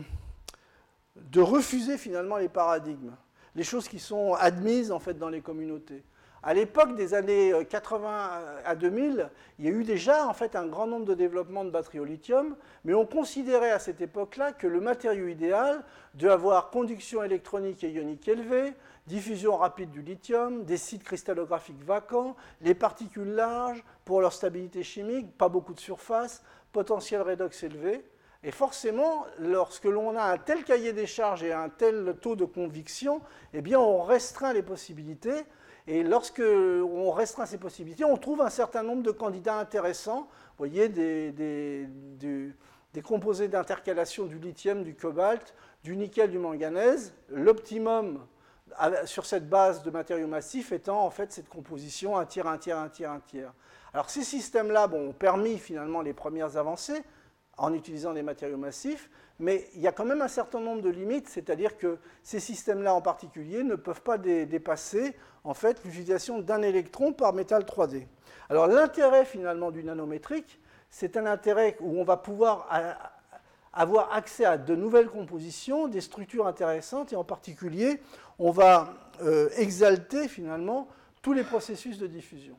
de refuser finalement les paradigmes, les choses qui sont admises en fait dans les communautés. À l'époque des années quatre-vingts à deux mille, il y a eu déjà en fait un grand nombre de développements de batteries au lithium, mais on considérait à cette époque-là que le matériau idéal devait avoir conduction électronique et ionique élevée, diffusion rapide du lithium, des sites cristallographiques vacants, les particules larges pour leur stabilité chimique, pas beaucoup de surface, potentiel redox élevé. Et forcément, lorsque l'on a un tel cahier des charges et un tel taux de conviction, eh bien on restreint les possibilités. Et lorsque on restreint ces possibilités, on trouve un certain nombre de candidats intéressants. Vous voyez, des, des, des, des composés d'intercalation du lithium, du cobalt, du nickel, du manganèse. L'optimum sur cette base de matériaux massifs étant en fait cette composition un tiers, un tiers, un tiers, un tiers. Alors ces systèmes-là bon, ont permis finalement les premières avancées en utilisant des matériaux massifs, mais il y a quand même un certain nombre de limites, c'est-à-dire que ces systèmes-là en particulier ne peuvent pas dé dépasser en fait l'utilisation d'un électron par métal trois D. Alors l'intérêt finalement du nanométrique, c'est un intérêt où on va pouvoir avoir accès à de nouvelles compositions, des structures intéressantes, et en particulier, on va euh, exalter finalement tous les processus de diffusion.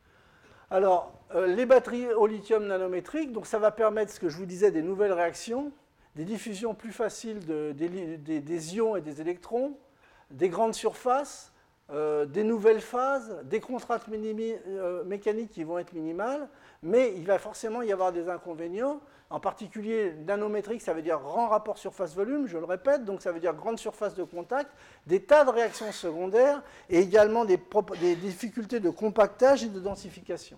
Alors, euh, les batteries au lithium nanométrique, donc ça va permettre, ce que je vous disais, des nouvelles réactions, des diffusions plus faciles de, des, des, des ions et des électrons, des grandes surfaces, euh, des nouvelles phases, des contraintes minimi, euh, mécaniques qui vont être minimales, mais il va forcément y avoir des inconvénients. En particulier, nanométrique, ça veut dire grand rapport surface-volume, je le répète, donc ça veut dire grande surface de contact, des tas de réactions secondaires et également des, des difficultés de compactage et de densification.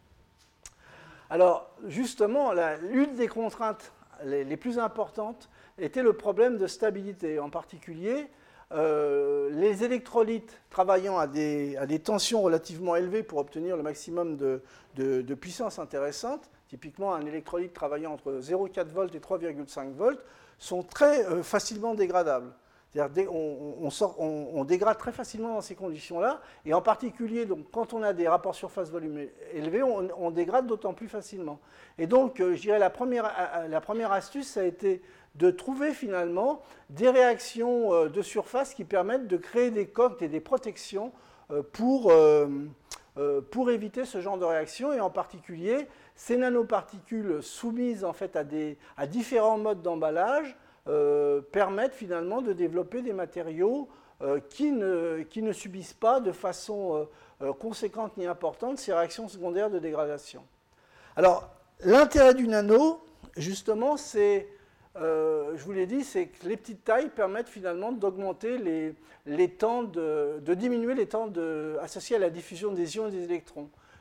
Alors, justement, l'une des contraintes les, les plus importantes était le problème de stabilité. En particulier, euh, les électrolytes travaillant à des, à des tensions relativement élevées pour obtenir le maximum de, de, de puissance intéressante, typiquement un électrolyte travaillant entre zéro virgule quatre volts et trois virgule cinq volts, sont très euh, facilement dégradables. C'est-à-dire on, on, sort, on, on dégrade très facilement dans ces conditions-là, et en particulier, donc, quand on a des rapports surface-volume élevés, on, on dégrade d'autant plus facilement. Et donc, euh, je dirais, la première, la première astuce, ça a été de trouver finalement des réactions euh, de surface qui permettent de créer des coques et des protections euh, pour, euh, euh, pour éviter ce genre de réaction, et en particulier, ces nanoparticules soumises en fait, à, des, à différents modes d'emballage Euh, permettent finalement de développer des matériaux euh, qui, ne, qui ne subissent pas de façon euh, euh, conséquente ni importante ces réactions secondaires de dégradation. Alors, l'intérêt du nano, justement, c'est, euh, je vous l'ai dit, c'est que les petites tailles permettent finalement d'augmenter les, les temps, de, de diminuer les temps de, associés à la diffusion des ions et des électrons.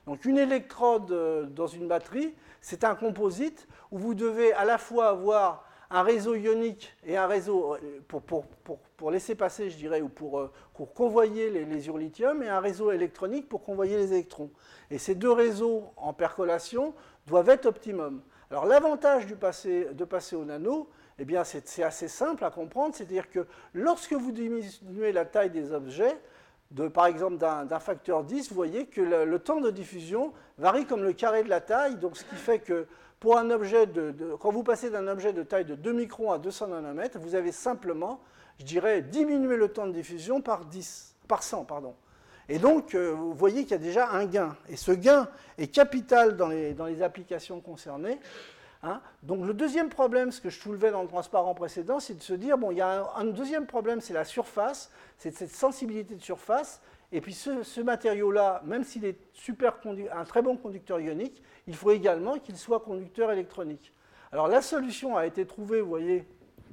Donc une électrode euh, dans une batterie, c'est un composite où vous devez à la fois avoir un réseau ionique et un réseau, pour, pour, pour, pour laisser passer, je dirais, ou pour, pour convoyer les, les ions lithium, et un réseau électronique pour convoyer les électrons. Et ces deux réseaux en percolation doivent être optimum. Alors l'avantage de passer au nano, eh bien c'est assez simple à comprendre, c'est-à-dire que lorsque vous diminuez la taille des objets, de, par exemple d'un facteur dix, vous voyez que le, le temps de diffusion varie comme le carré de la taille, donc ce qui fait que pour un objet de, de, quand vous passez d'un objet de taille de deux microns à deux cents nanomètres, vous avez simplement, je dirais, diminué le temps de diffusion par dix, par cent, pardon. Et donc, euh, vous voyez qu'il y a déjà un gain. Et ce gain est capital dans les, dans les applications concernées. Hein. Donc, le deuxième problème, ce que je soulevais dans le transparent précédent, c'est de se dire, bon, il y a un, un deuxième problème, c'est la surface, c'est cette sensibilité de surface. Et puis ce, ce matériau-là, même s'il est super un très bon conducteur ionique, il faut également qu'il soit conducteur électronique. Alors la solution a été trouvée, vous voyez,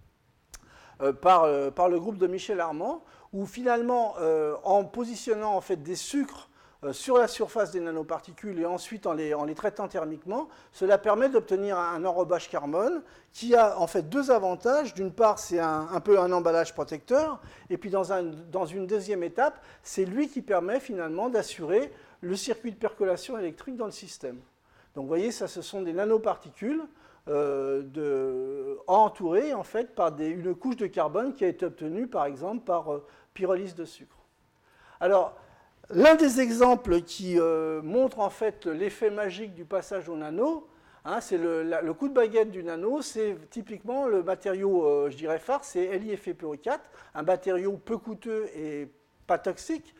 euh, par, euh, par le groupe de Michel Armand, où finalement, euh, en positionnant en fait des sucres euh, sur la surface des nanoparticules et ensuite en les, en les traitant thermiquement, cela permet d'obtenir un enrobage carbone qui a en fait deux avantages. D'une part, c'est un, un peu un emballage protecteur, et puis dans, un, dans une deuxième étape, c'est lui qui permet finalement d'assurer le circuit de percolation électrique dans le système. Donc vous voyez, ça ce sont des nanoparticules euh, de, entourées en fait par des, une couche de carbone qui a été obtenue par exemple par euh, pyrolyse de sucre. Alors, l'un des exemples qui euh, montre en fait l'effet magique du passage au nano, hein, c'est le, le coup de baguette du nano, c'est typiquement le matériau, euh, je dirais phare, c'est L I F P O quatre, un matériau peu coûteux et pas toxique,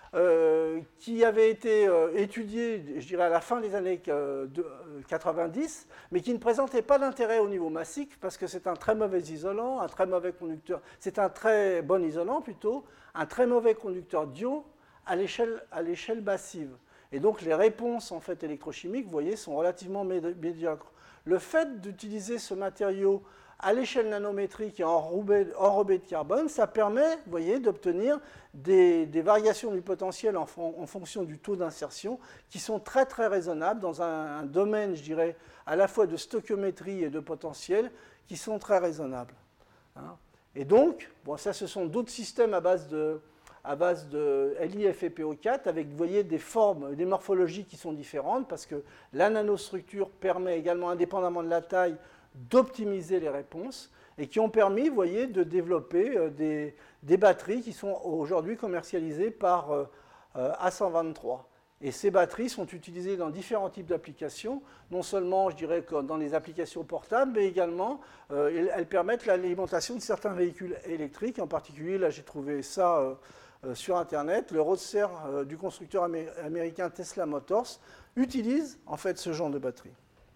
euh, qui avait été euh, étudié, je dirais, à la fin des années euh, de, euh, quatre-vingt-dix, mais qui ne présentait pas d'intérêt au niveau massif, parce que c'est un très mauvais isolant, un très mauvais conducteur, c'est un très bon isolant plutôt, un très mauvais conducteur d'ions, à l'échelle massive. Et donc les réponses en fait, électrochimiques, vous voyez, sont relativement médiocres. Le fait d'utiliser ce matériau à l'échelle nanométrique et enrobé, enrobé de carbone, ça permet, vous voyez, d'obtenir des, des variations du potentiel en, en fonction du taux d'insertion qui sont très très raisonnables dans un, un domaine, je dirais, à la fois de stoichiométrie et de potentiel qui sont très raisonnables. Hein. Et donc, bon, ça ce sont d'autres systèmes à base de à base de L I F P O quatre avec, vous voyez, des formes, des morphologies qui sont différentes parce que la nanostructure permet également, indépendamment de la taille, d'optimiser les réponses et qui ont permis, vous voyez, de développer des, des batteries qui sont aujourd'hui commercialisées par euh, A cent vingt-trois. Et ces batteries sont utilisées dans différents types d'applications, non seulement, je dirais, dans les applications portables, mais également, euh, elles permettent l'alimentation de certains véhicules électriques. En particulier, là, j'ai trouvé ça euh, euh, sur Internet. Le Roadster euh, du constructeur amé américain Tesla Motors utilise, en fait, ce genre de batterie.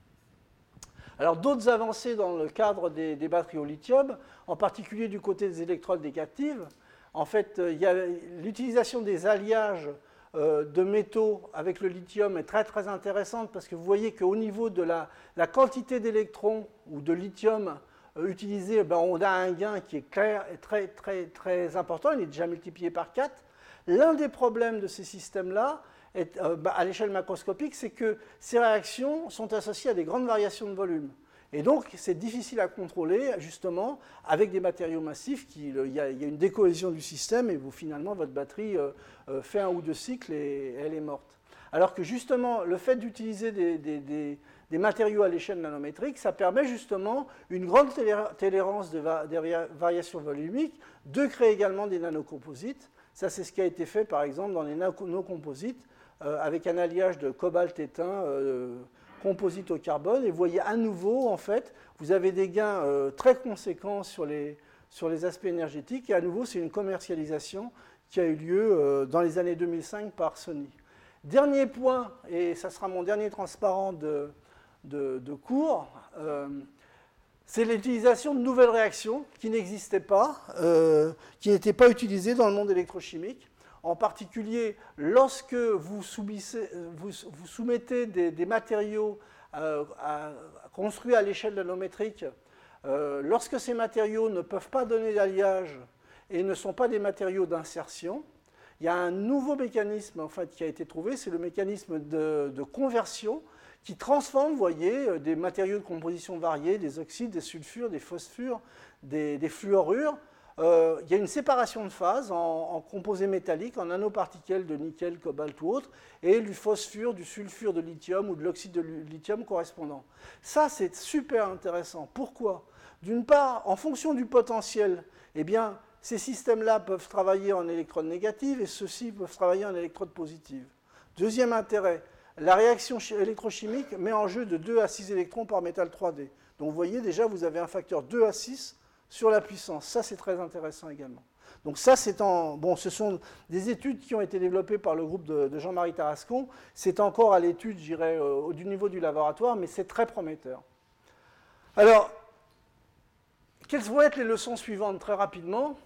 Alors, d'autres avancées dans le cadre des, des batteries au lithium, en particulier du côté des électrodes négatives. En fait, euh, il y a l'utilisation des alliages de métaux avec le lithium est très très intéressante parce que vous voyez qu'au niveau de la, la quantité d'électrons ou de lithium euh, utilisé, ben on a un gain qui est clair et très très très important, il est déjà multiplié par quatre. L'un des problèmes de ces systèmes-là, euh, ben à l'échelle macroscopique, c'est que ces réactions sont associées à des grandes variations de volume. Et donc, c'est difficile à contrôler, justement, avec des matériaux massifs. Qui, il, y a, il y a une décohésion du système et vous, finalement, votre batterie euh, euh, fait un ou deux cycles et elle est morte. Alors que, justement, le fait d'utiliser des, des, des, des matériaux à l'échelle nanométrique, ça permet, justement, une grande tolérance de va, des variations volumiques, de créer également des nanocomposites. Ça, c'est ce qui a été fait, par exemple, dans les nanocomposites, euh, avec un alliage de cobalt-étain, euh, composite au carbone, et vous voyez à nouveau, en fait, vous avez des gains euh, très conséquents sur les, sur les aspects énergétiques, et à nouveau, c'est une commercialisation qui a eu lieu euh, dans les années deux mille cinq par Sony. Dernier point, et ça sera mon dernier transparent de, de, de cours, euh, c'est l'utilisation de nouvelles réactions qui n'existaient pas, euh, qui n'étaient pas utilisées dans le monde électrochimique. En particulier, lorsque vous, vous, vous soumettez des, des matériaux euh, à, à, construits à l'échelle nanométrique, euh, lorsque ces matériaux ne peuvent pas donner d'alliage et ne sont pas des matériaux d'insertion, il y a un nouveau mécanisme en fait, qui a été trouvé, c'est le mécanisme de, de conversion qui transforme, vous voyez, des matériaux de composition variés, des oxydes, des sulfures, des phosphures, des, des fluorures. Euh, il y a une séparation de phase en, en composés métalliques, en nanoparticules de nickel, cobalt ou autre, et du phosphure, du sulfure de lithium ou de l'oxyde de lithium correspondant. Ça, c'est super intéressant. Pourquoi? D'une part, en fonction du potentiel, eh bien, ces systèmes-là peuvent travailler en électrodes négatives et ceux-ci peuvent travailler en électrodes positives. Deuxième intérêt, la réaction électrochimique met en jeu de deux à six électrons par métal trois D. Donc vous voyez déjà, vous avez un facteur deux à six sur la puissance. Ça, c'est très intéressant également. Donc ça, c'est en... Bon, ce sont des études qui ont été développées par le groupe de, de Jean-Marie Tarascon. C'est encore à l'étude, je dirais, au du niveau du laboratoire, mais c'est très prometteur. Alors, quelles vont être les leçons suivantes très rapidement?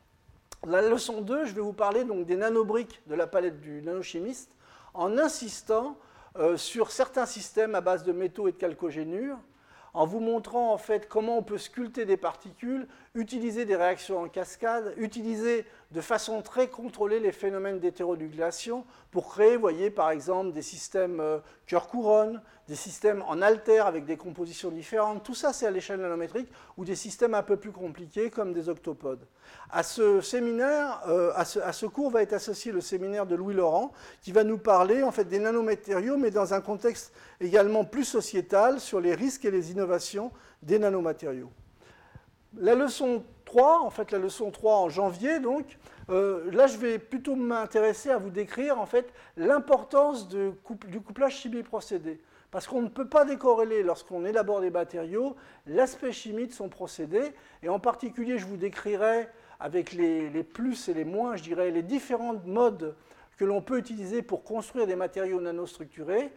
La leçon deux, je vais vous parler donc des nanobriques de la palette du nanochimiste en insistant euh, sur certains systèmes à base de métaux et de chalcogénures, en vous montrant en fait comment on peut sculpter des particules, utiliser des réactions en cascade, utiliser de façon très contrôlée les phénomènes d'hétéronucléation pour créer, vous voyez, par exemple, des systèmes euh, cœur-couronne, des systèmes en alter avec des compositions différentes. Tout ça, c'est à l'échelle nanométrique, ou des systèmes un peu plus compliqués comme des octopodes. À ce séminaire, euh, à, ce, à ce cours va être associé le séminaire de Louis Laurent, qui va nous parler en fait des nanomatériaux, mais dans un contexte également plus sociétal, sur les risques et les innovations des nanomatériaux. La leçon trois, en fait la leçon trois en janvier, donc, euh, là je vais plutôt m'intéresser à vous décrire en fait l'importance du couplage chimie-procédé. Parce qu'on ne peut pas décorréler, lorsqu'on élabore des matériaux, l'aspect chimique de son procédé, et en particulier je vous décrirai avec les, les plus et les moins, je dirais, les différents modes que l'on peut utiliser pour construire des matériaux nanostructurés,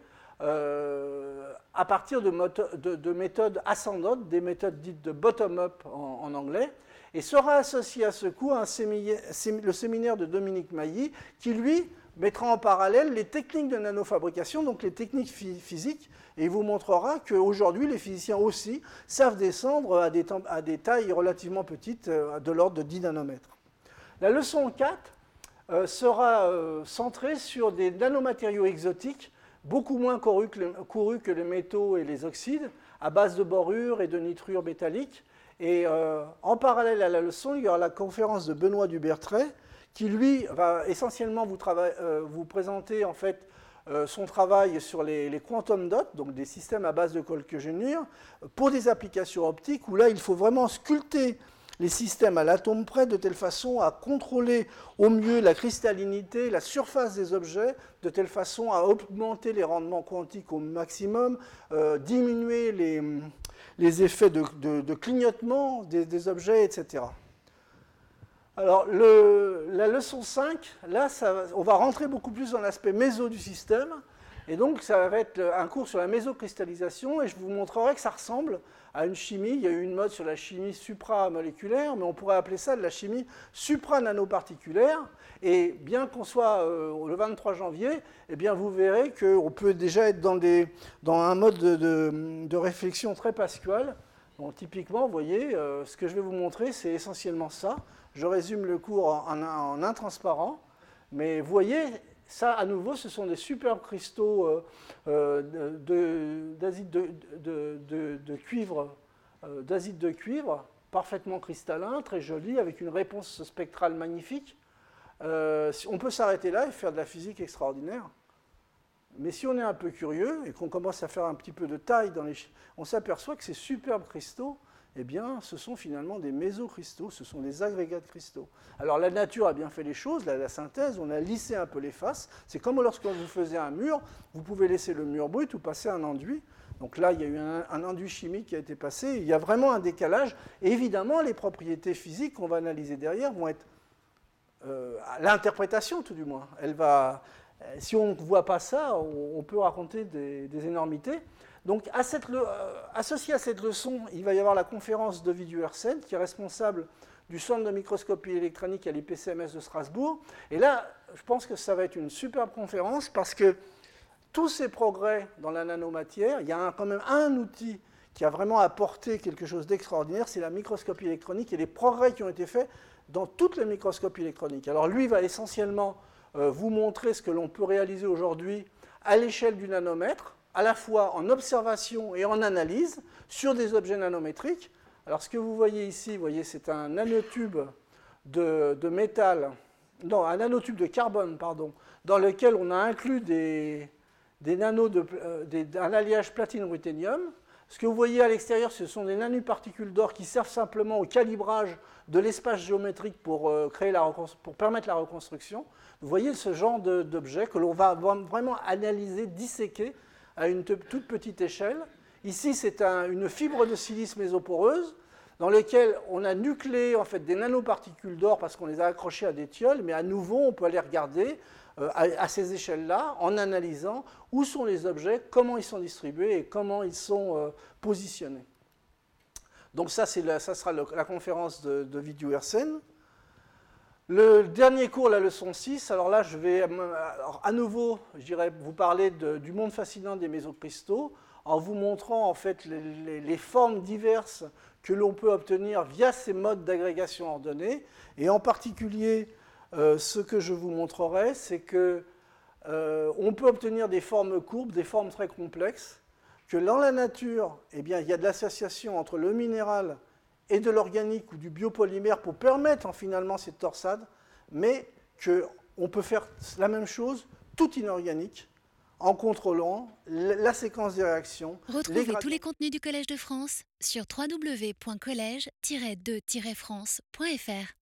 Euh, à partir de, de, de méthodes ascendantes, des méthodes dites de bottom-up en, en anglais, et sera associé à ce cours un séminaire, le séminaire de Dominique Mailly, qui lui mettra en parallèle les techniques de nanofabrication, donc les techniques physiques, et il vous montrera qu'aujourd'hui les physiciens aussi savent descendre à des, à des tailles relativement petites, de l'ordre de dix nanomètres. La leçon quatre euh, sera euh, centrée sur des nanomatériaux exotiques, beaucoup moins courus que, les, courus que les métaux et les oxydes, à base de borures et de nitrures métalliques. Et euh, en parallèle à la leçon, il y aura la conférence de Benoît Dubertret, qui lui va essentiellement vous, euh, vous présenter en fait euh, son travail sur les, les quantum dots, donc des systèmes à base de chalcogénures, pour des applications optiques, où là il faut vraiment sculpter les systèmes à l'atome près de telle façon à contrôler au mieux la cristallinité, la surface des objets, de telle façon à augmenter les rendements quantiques au maximum, euh, diminuer les, les effets de, de, de clignotement des, des objets, et cetera. Alors, le, la leçon cinq, là, ça, on va rentrer beaucoup plus dans l'aspect méso du système, et donc ça va être un cours sur la mésocristallisation, et je vous montrerai que ça ressemble à une chimie. Il y a eu une mode sur la chimie supramoléculaire, mais on pourrait appeler ça de la chimie suprananoparticulaire. Et bien qu'on soit euh, le vingt-trois janvier, eh bien vous verrez qu'on peut déjà être dans, des, dans un mode de, de, de réflexion très pascual. Donc, typiquement, vous voyez, euh, ce que je vais vous montrer, c'est essentiellement ça. Je résume le cours en, en, en intransparent, mais vous voyez, ça, à nouveau, ce sont des superbes cristaux euh, euh, d'acide de, de, de, de, cuivre, euh, d'acide de cuivre, parfaitement cristallins, très jolis, avec une réponse spectrale magnifique. Euh, on peut s'arrêter là et faire de la physique extraordinaire. Mais si on est un peu curieux et qu'on commence à faire un petit peu de taille dans les... on s'aperçoit que ces superbes cristaux, eh bien, ce sont finalement des mésocristaux, ce sont des agrégats de cristaux. Alors la nature a bien fait les choses, la, la synthèse, on a lissé un peu les faces. C'est comme lorsque vous faisiez un mur, vous pouvez laisser le mur brut ou passer un enduit. Donc là, il y a eu un, un enduit chimique qui a été passé, il y a vraiment un décalage. Et évidemment, les propriétés physiques qu'on va analyser derrière vont être... Euh, l'interprétation, tout du moins. Elle va... Si on ne voit pas ça, on peut raconter des, des énormités. Donc, à cette, euh, associé à cette leçon, il va y avoir la conférence de Ovidiu Hersen, qui est responsable du centre de microscopie électronique à l'I P C M S de Strasbourg. Et là, je pense que ça va être une superbe conférence, parce que tous ces progrès dans la nanomatière, il y a un, quand même un outil qui a vraiment apporté quelque chose d'extraordinaire, c'est la microscopie électronique et les progrès qui ont été faits dans toute la microscopie électronique. Alors lui va essentiellement euh, vous montrer ce que l'on peut réaliser aujourd'hui à l'échelle du nanomètre, à la fois en observation et en analyse sur des objets nanométriques. Alors ce que vous voyez ici, vous voyez, c'est un nanotube de, de métal, non, un nanotube de carbone, pardon, dans lequel on a inclus des, des nanos de, euh, des, un alliage platine-ruthénium. Ce que vous voyez à l'extérieur, ce sont des nanoparticules d'or qui servent simplement au calibrage de l'espace géométrique pour, euh, créer la pour permettre la reconstruction. Vous voyez ce genre d'objet que l'on va vraiment analyser, disséquer à une toute petite échelle. Ici, c'est un, une fibre de silice mésoporeuse dans laquelle on a nucléé en fait, des nanoparticules d'or parce qu'on les a accrochées à des tilleuls, mais à nouveau, on peut aller regarder euh, à, à ces échelles-là en analysant où sont les objets, comment ils sont distribués et comment ils sont euh, positionnés. Donc ça, la, ça sera le, la conférence de, de Vidyu-Hersen. Le dernier cours, la leçon six, alors là, je vais alors, à nouveau, je dirais, vous parler de, du monde fascinant des mésocristaux, en vous montrant en fait les, les, les formes diverses que l'on peut obtenir via ces modes d'agrégation ordonnée. Et en particulier, euh, ce que je vous montrerai, c'est qu'on euh, peut obtenir des formes courbes, des formes très complexes, que dans la nature, eh bien, il y a de l'association entre le minéral et de l'organique ou du biopolymère pour permettre hein, finalement cette torsade, mais qu'on peut faire la même chose, tout inorganique, en contrôlant la séquence des réactions. Retrouvez les tous les contenus du Collège de France sur w w w point collège tiret de tiret france point f r.